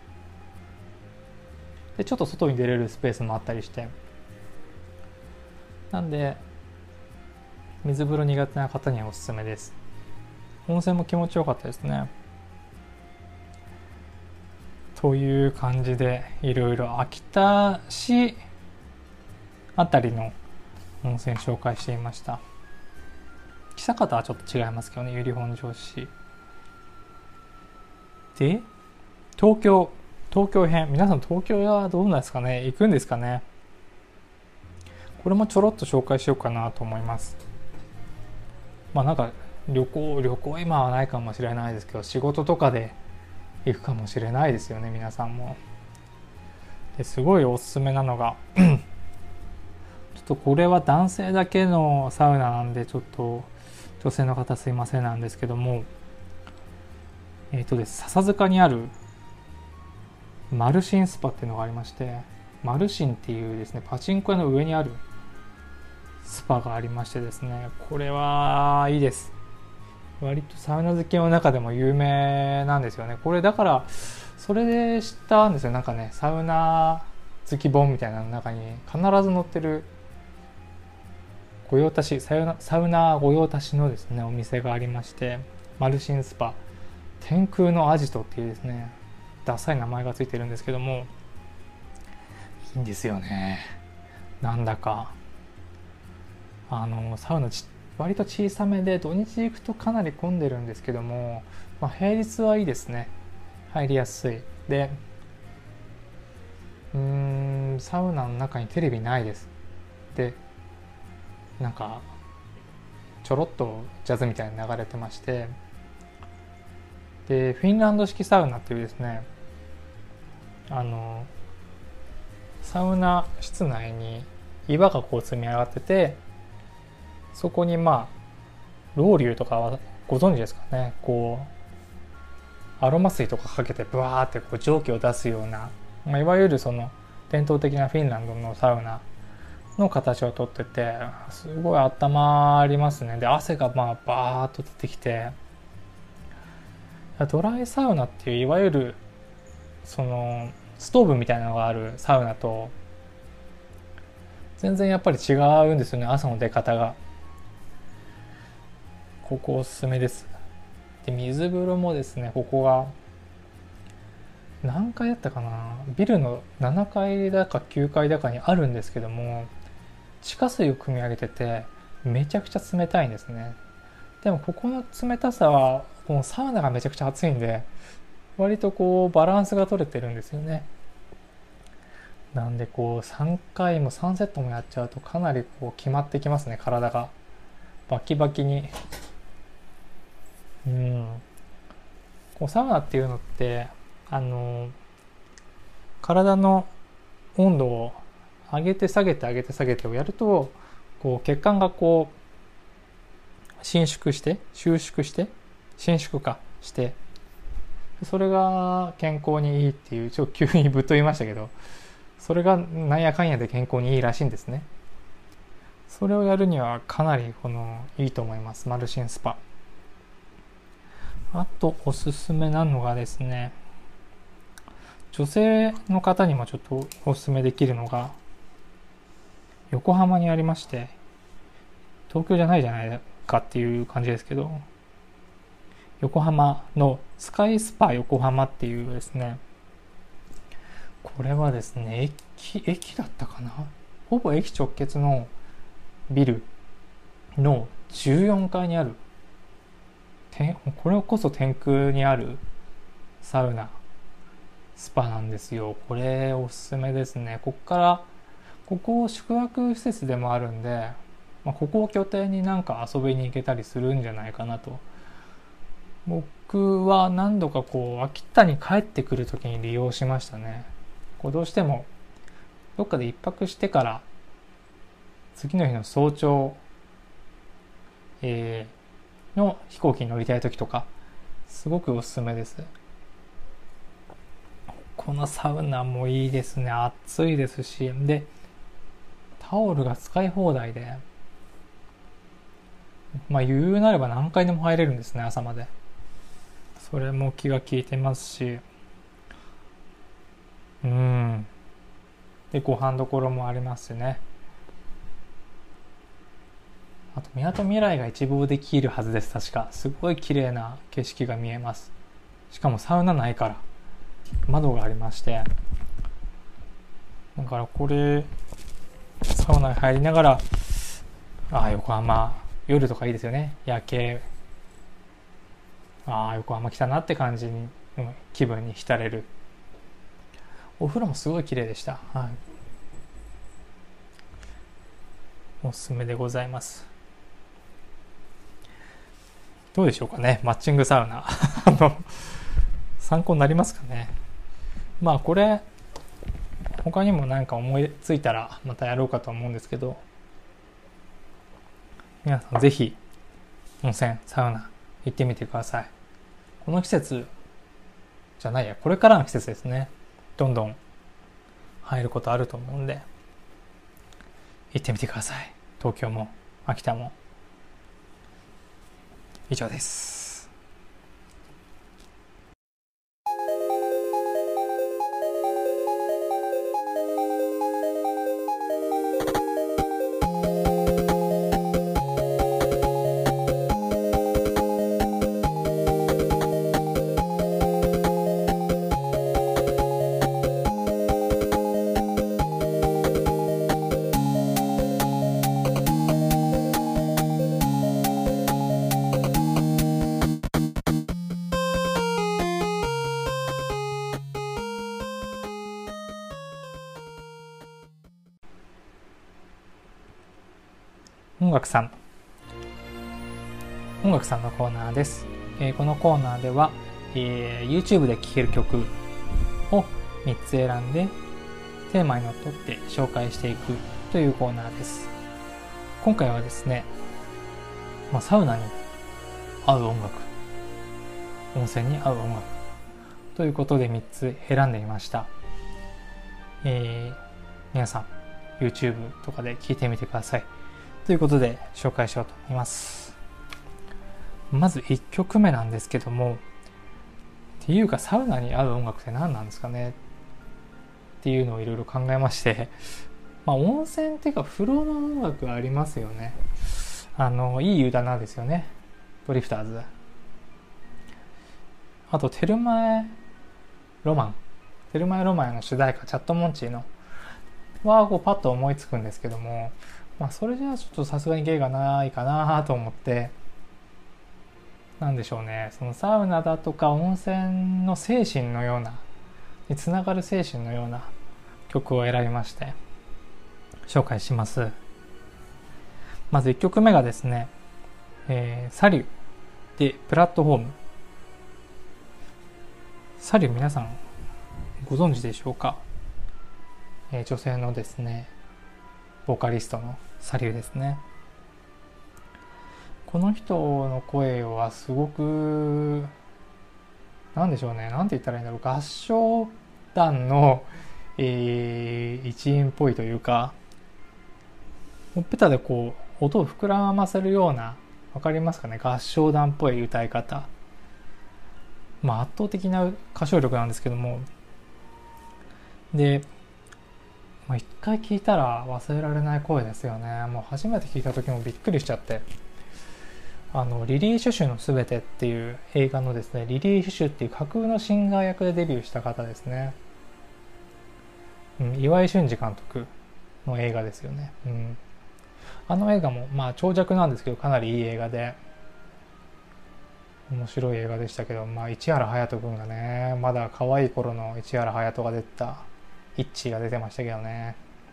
でちょっと外に出れるスペースもあったりして、なんで水風呂苦手な方にはおすすめです。温泉も気持ちよかったですね。という感じでいろいろ秋田市あたりの温泉紹介していました。久方はちょっと違いますけどね、由利本荘市で。東京編、皆さん東京はどうなんですかね、行くんですかね。 これもちょろっと紹介しようかなと思います。なんか旅行今はないかもしれないですけど、仕事とかで行くかもしれないですよね、皆さんも。ですごいおすすめなのがちょっとこれは男性だけのサウナなんで、ちょっと女性の方すいませんなんですけども、笹塚にあるマルシンスパっていうのがありまして、マルシンっていうですね、パチンコ屋の上にあるスパがありましてですね、これはいいです。割とサウナ好きの中でも有名なんですよね。これだからそれで知ったんですよ。なんかね、サウナ好き本みたいなの中に必ず載ってる御用達サウナ御用達のですねお店がありまして、マルシンスパ天空のアジトっていうですねダサい名前がついてるんですけども、いいんですよね。なんだかサウナ割と小さめで、土日行くとかなり混んでるんですけども、平日はいいですね。入りやすい。でサウナの中にテレビないです。でなんかちょろっとジャズみたいに流れてまして、でフィンランド式サウナっていうですね、サウナ室内に岩がこう積み上がってて、そこにロウリュとかはご存知ですかね。こうアロマ水とかかけてブワーってこう蒸気を出すような、いわゆるその伝統的なフィンランドのサウナの形をとってて、すごい温まりますね。で汗がバーッと出てきて、ドライサウナっていういわゆるそのストーブみたいなのがあるサウナと全然やっぱり違うんですよね、汗の出方が。ここおすすめです。で水風呂もですね、ここが何階だったかな、ビルの7階だか9階だかにあるんですけども、地下水を汲み上げててめちゃくちゃ冷たいんですね。でもここの冷たさはこのサウナがめちゃくちゃ暑いんで、割とこうバランスが取れてるんですよね。なんでこう3回も3セットもやっちゃうとかなりこう決まってきますね、体がバキバキに。こうサウナっていうのって体の温度を上げて下げて上げて下げてをやると、こう血管がこう収縮してそれが健康にいいっていう、ちょっと急にぶっと言いましたけど、それがなんやかんやで健康にいいらしいんですね。それをやるにはかなりいいと思います、マルシンスパ。あとおすすめなのがですね、女性の方にもちょっとおすすめできるのが横浜にありまして、東京じゃないじゃないかっていう感じですけど、横浜のスカイスパ横浜っていうですね、これはですね駅だったかな、ほぼ駅直結のビルの14階にある、これこそ天空にあるサウナスパなんですよ。これおすすめですね。ここ宿泊施設でもあるんで、ここを拠点になんか遊びに行けたりするんじゃないかなと。僕は何度かこう秋田に帰ってくる時に利用しましたね。こうどうしてもどっかで一泊してから次の日の早朝、の飛行機に乗りたい時とかすごくおすすめです。このサウナもいいですね。暑いですし、でタオルが使い放題で、余裕なれば何回でも入れるんですね、朝まで。それも気が利いてますし、でご飯どころもありますしね。あとみなとみらいが一望できるはずです。確かすごい綺麗な景色が見えます。しかもサウナないから窓がありまして、だからこれサウナに入りながら、横浜夜とかいいですよね、夜景。横浜来たなって感じに、気分に浸れる。お風呂もすごい綺麗でした。 おすすめでございます。どうでしょうかね、マッチングサウナ参考になりますかね。まあこれ他にも何か思いついたらまたやろうかと思うんですけど、皆さんぜひ温泉サウナ行ってみてください。この季節じゃないや、これからの季節ですね。どんどん入ることあると思うんで行ってみてください。東京も秋田も。以上です。音楽さんのコーナーです。このコーナーでは、YouTube で聴ける曲を3つ選んでテーマにのっとって紹介していくというコーナーです。今回はですね、サウナに合う音楽、温泉に合う音楽ということで3つ選んでみました。皆さん YouTube とかで聴いてみてくださいということで紹介しようと思います。まず1曲目なんですけども、っていうかサウナに合う音楽って何なんですかねっていうのをいろいろ考えまして、温泉っていうか風呂の音楽ありますよね。いい湯だなですよね、ドリフターズ。あとテルマエロマンの主題歌チャットモンチーのはパッと思いつくんですけども、それじゃあちょっとさすがに芸がないかなと思って、なんでしょうね、そのサウナだとか温泉の精神のようなにつながる精神のような曲を選びまして紹介します。まず1曲目がですね、サリュでプラットフォーム。サリュ皆さんご存知でしょうか。女性のですねボーカリストのサリュですね。この人の声はすごくなんでしょうね、なんて言ったらいいんだろう、合唱団の、一員っぽいというか、ほっぺたでこう音を膨らませるような、わかりますかね、合唱団っぽい歌い方。圧倒的な歌唱力なんですけども、で一回聞いたら忘れられない声ですよね。もう初めて聞いた時もびっくりしちゃって、リリー・シュシュのすべてっていう映画のですね、リリー・シュシュっていう架空のシンガー役でデビューした方ですね。岩井俊二監督の映画ですよね。あの映画も長尺なんですけどかなりいい映画で面白い映画でしたけど、市原隼人君がね、まだ可愛い頃の市原隼人が出たイッチーが出てましたけどね。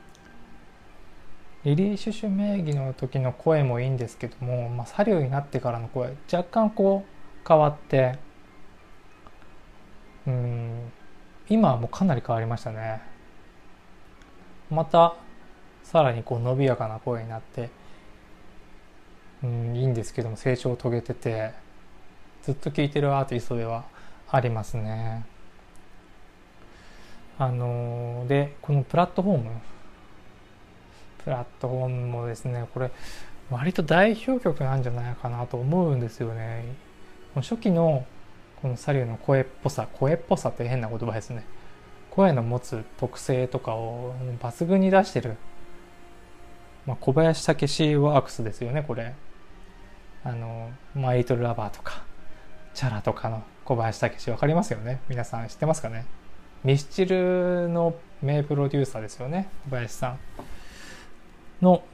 リリー・シュシュ名義の時の声もいいんですけども、サリューになってからの声若干こう変わって、今はもうかなり変わりましたね。またさらにこう伸びやかな声になって、いいんですけども、成長を遂げててずっと聴いてるアーティストではありますね。でこのプラットフォームもですね、これ割と代表曲なんじゃないかなと思うんですよね。初期のこのサリューの声っぽさって変な言葉ですね。声の持つ特性とかを抜群に出してる、小林武史ワークスですよね。これマイリトルラバーとかチャラとかの小林武史、わかりますよね。皆さん知ってますかね。ミスチルの名プロデューサーですよね、小林さんの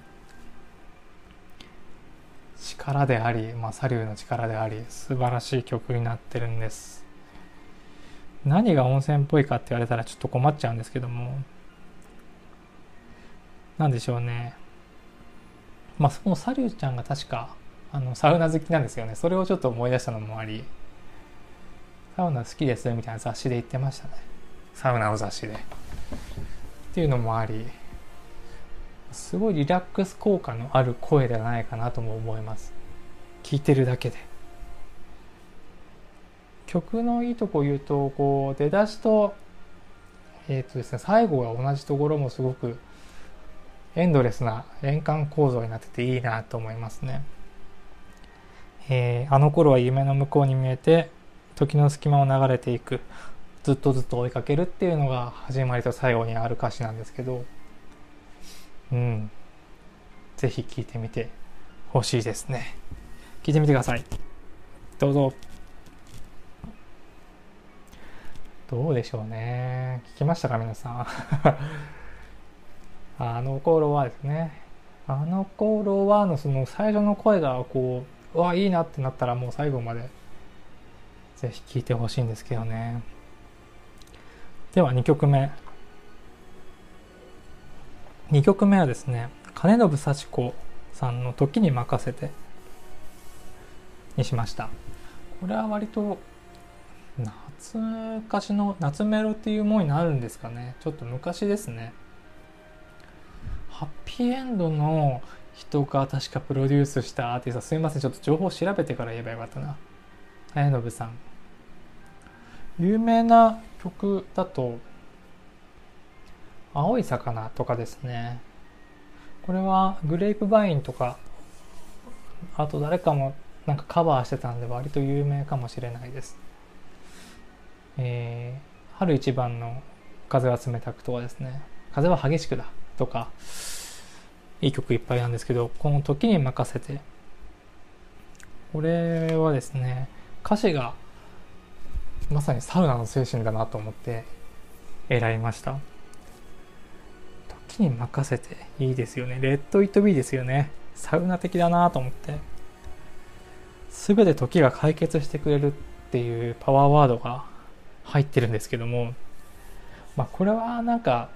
力であり、サリューの力であり、素晴らしい曲になってるんです。何が温泉っぽいかって言われたらちょっと困っちゃうんですけども、なんでしょうね、 そのサリューちゃんが確かサウナ好きなんですよね。それをちょっと思い出したのもあり、サウナ好きですみたいな雑誌で言ってましたね。サウナの雑誌でっていうのもあり、すごいリラックス効果のある声ではないかなとも思います。聞いてるだけで。曲のいいとこ言うと、こう出だしとですね、最後が同じところもすごくエンドレスな円環構造になってていいなと思いますね。あの頃は夢の向こうに見えて時の隙間を流れていく、ずっとずっと追いかけるっていうのが始まりと最後にある歌詞なんですけど、ぜひ聴いてみてほしいですね。聴いてみてください。どうぞ。どうでしょうね。聞きましたか皆さん。あの頃はですね、あの頃はのその最初の声がこう、うわいいなってなったらもう最後までぜひ聴いてほしいんですけどね。では2曲目。2曲目はですね、金信幸子さんの時に任せてにしました。これは割と昔の夏メロっていうものになるんですかね。ちょっと昔ですね。ハッピーエンドの人が確かプロデュースしたアーティスト、すみません、ちょっと情報調べてから言えばよかったな。金信さん。有名な曲だと青い魚とかですね。これはグレープバインとか、あと誰かもなんかカバーしてたんで割と有名かもしれないです。春一番の風は冷たくとかですね、風は激しくだとか、いい曲いっぱいなんですけど、この時に任せて、これはですね、歌詞がまさにサウナの精神だなと思って選びました。時に任せていいですよね。レッドイットビーですよね。サウナ的だなと思って、全て時が解決してくれるっていうパワーワードが入ってるんですけども、これはなんか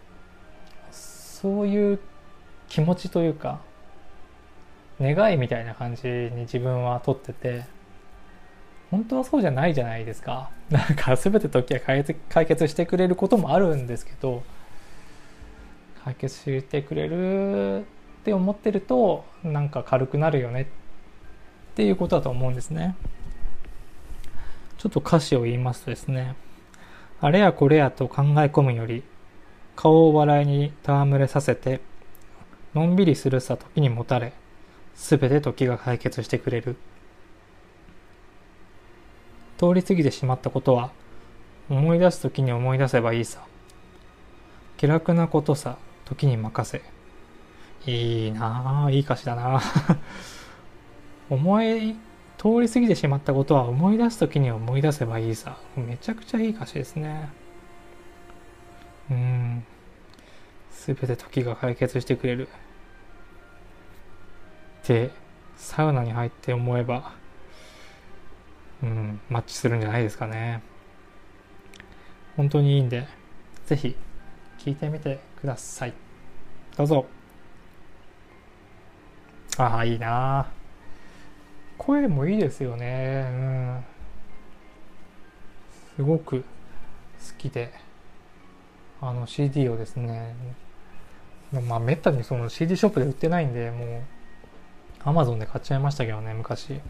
そういう気持ちというか願いみたいな感じに自分はとってて、本当はそうじゃないじゃないですか。なんか全て時が解決してくれることもあるんですけど、解決してくれるって思ってるとなんか軽くなるよねっていうことだと思うんですね。ちょっと歌詞を言いますとですね、あれやこれやと考え込むより顔を笑いに戯れさせて、のんびりするさ時にもたれ、すべて時が解決してくれる。通り過ぎてしまったことは思い出す時に思い出せばいいさ。気楽なことさ時に任せ。いいなぁ、いい歌詞だな通り過ぎてしまったことは思い出す時に思い出せばいいさ。めちゃくちゃいい歌詞ですね。すべて時が解決してくれるってサウナに入って思えばマッチするんじゃないですかね。本当にいいんでぜひ聴いてみてください。どうぞ。いいな、声もいいですよね。すごく好きで、CD をですね、めったにその CD ショップで売ってないんで、もう Amazon で買っちゃいましたけどね、昔。い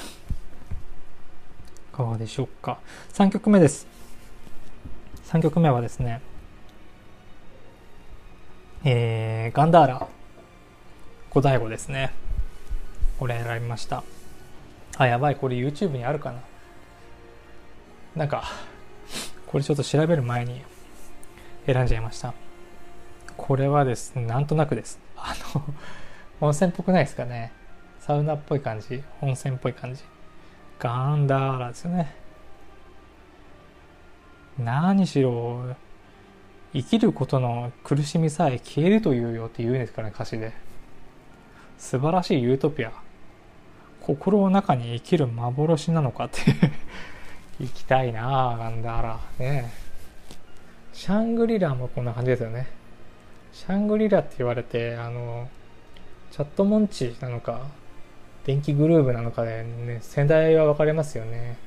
かがでしょうか。3曲目です。3曲目はですね、ガンダーラゴダイゴですね。これ選びました。やばい、これ YouTube にあるかな。なんかこれちょっと調べる前に選んじゃいました。これはですね、なんとなくです。温泉っぽくないですかね。サウナっぽい感じ、温泉っぽい感じ。ガンダーラですよね。何しろ生きることの苦しみさえ消えるというよって言うんですからね、歌詞で。素晴らしいユートピア、心の中に生きる幻なのかって行きたいなぁ、ガンダーラね。シャングリラもこんな感じですよね。シャングリラって言われてチャットモンチなのか電気グルーヴなのかでね、世代は分かれますよね。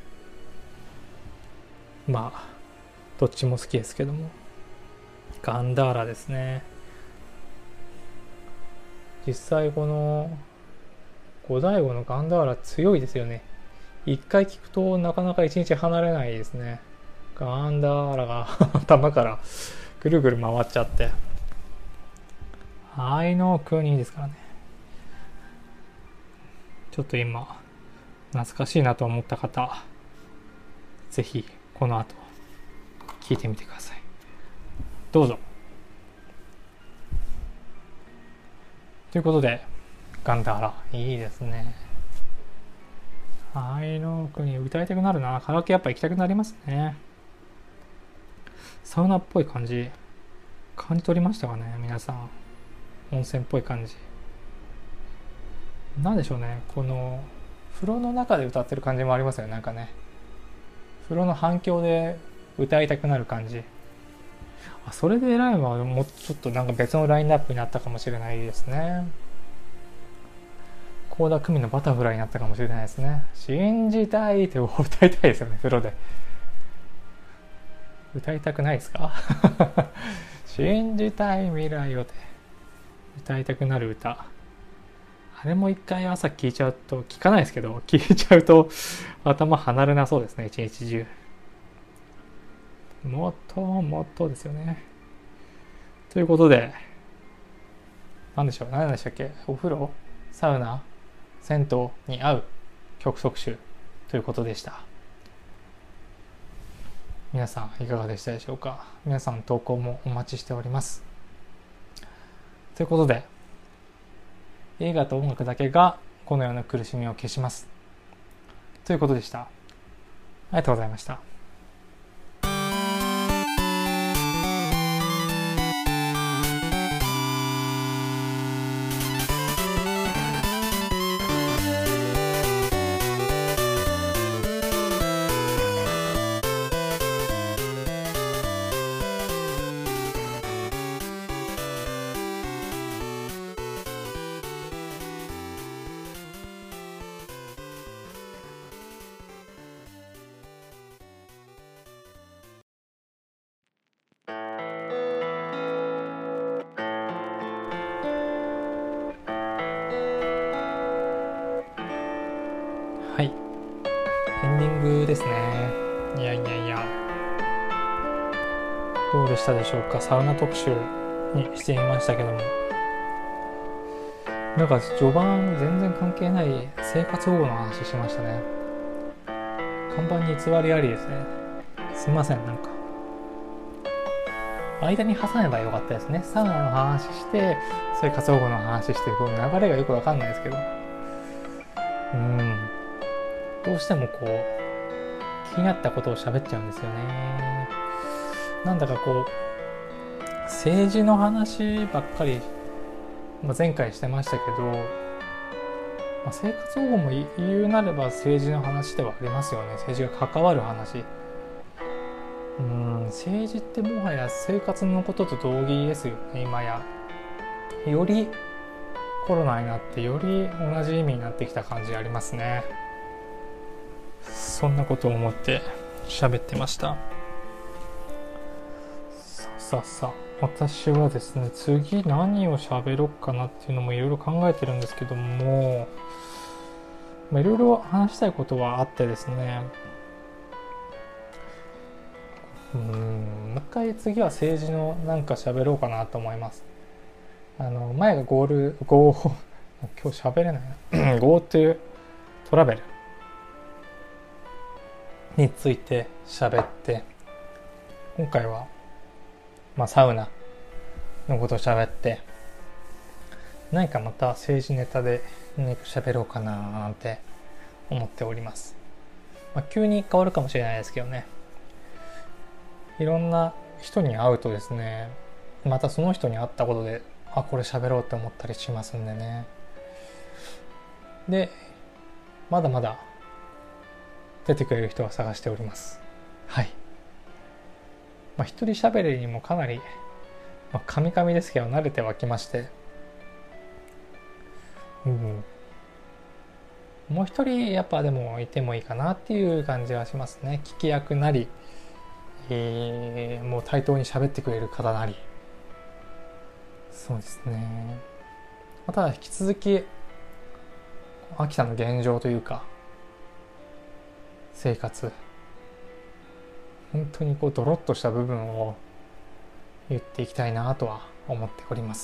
まあどっちも好きですけども、ガンダーラですね。実際この五醍醐のガンダーラ強いですよね。一回聞くとなかなか一日離れないですね。ガンダーラが頭からぐるぐる回っちゃって、愛の国ですからね。ちょっと今懐かしいなと思った方、ぜひこの後聞いてみてください。どうぞ。ということで、ガンダーラいいですね。愛の国歌いたくなるな。カラオケやっぱ行きたくなりますね。サウナっぽい感じ取りましたかね、皆さん。温泉っぽい感じなんでしょうね。この風呂の中で歌ってる感じもありますよね。なんかね、風呂の反響で歌いたくなる感じ。それで選べばもうちょっとなんか別のラインナップになったかもしれないですね。倖田來未のバタフライになったかもしれないですね。信じたいって歌いたいですよね。風呂で歌いたくないですか信じたい未来をって歌いたくなる歌。あれも一回朝聞いちゃうと、聞かないですけど聞いちゃうと頭離れなそうですね、一日中。もっともっとですよね。ということで、何でしょう、何でしたっけ、お風呂、サウナ、銭湯に合う曲特集ということでした。皆さんいかがでしたでしょうか。皆さん投稿もお待ちしております。ということで、映画と音楽だけがこのような苦しみを消しますということでした。ありがとうございました。はい、エンディングですね。いやどうでしたでしょうか。サウナ特集にしてみましたけども、なんか序盤全然関係ない生活保護の話しましたね。看板に偽りありですね。すいません、なんか間に挟めばよかったですね。サウナの話して生活保護の話して、この流れがよくわかんないですけど、どうしてもこう気になったことを喋っちゃうんですよね。なんだかこう政治の話ばっかり、前回してましたけど、生活保護も言うなれば政治の話ではありますよね。政治が関わる話。政治ってもはや生活のことと同義ですよね。今やよりコロナになってより同じ意味になってきた感じありますね。そんなことを思って喋ってました。さあ私はですね、次何を喋ろうかなっていうのもいろいろ考えてるんですけども、いろいろ話したいことはあってですね、もう一回次は政治のなんか喋ろうかなと思います。前が今日喋れないなGoTo トラベルについて喋って、今回はサウナのことを喋って、何かまた政治ネタで何か喋ろうかななんて思っております。急に変わるかもしれないですけどね。いろんな人に会うとですね、またその人に会ったことでこれ喋ろうって思ったりしますんでね。で、まだまだ出てくれる人は探しております。はい。一人喋りにもかなりカミカミですけど慣れてはきまして、 もう一人やっぱでもいてもいいかなっていう感じはしますね。聞き役なり、もう対等に喋ってくれる方なり。そうですね。ただ引き続き秋田の現状というか生活、本当にこうドロッとした部分を言っていきたいなとは思っております。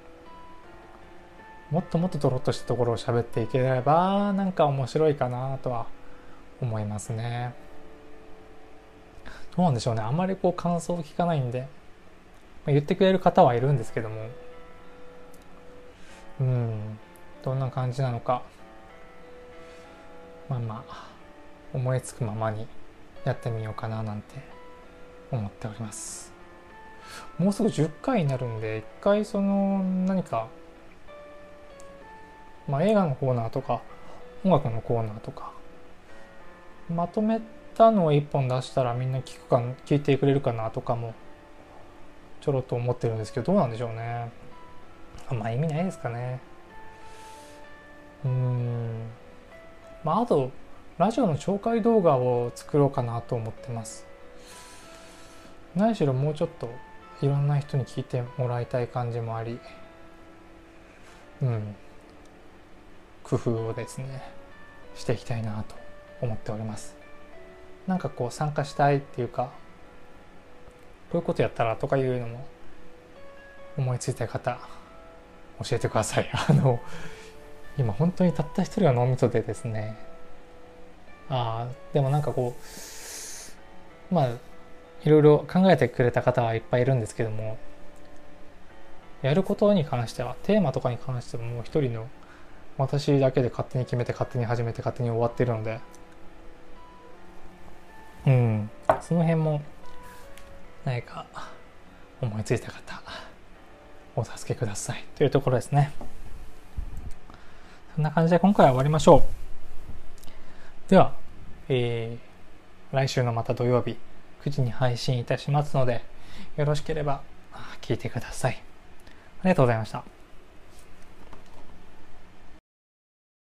もっともっとドロッとしたところを喋っていければなんか面白いかなとは思いますね。どうなんでしょうね。あんまりこう感想を聞かないんで、言ってくれる方はいるんですけども、どんな感じなのか、思いつくままにやってみようかななんて思っております。もうすぐ10回になるんで、一回その何か、映画のコーナーとか音楽のコーナーとかまとめたのを1本出したらみんな聞いてくれるかなとかもちょろっと思ってるんですけど、どうなんでしょうね。意味ないですかね。あとラジオの紹介動画を作ろうかなと思ってます。何しろもうちょっといろんな人に聞いてもらいたい感じもあり、工夫をですねしていきたいなと思っております。なんかこう参加したいっていうか、こういうことやったらとかいうのも思いついた方教えてください。今本当にたった一人は脳みそでですね、でもなんかこういろいろ考えてくれた方はいっぱいいるんですけども、やることに関してはテーマとかに関してはもう一人の私だけで勝手に決めて勝手に始めて勝手に終わっているので、その辺も何か思いついた方お助けくださいというところですね。そんな感じで今回は終わりましょう。では、来週のまた土曜日9時に配信いたしますので、よろしければ聞いてください。ありがとうございました。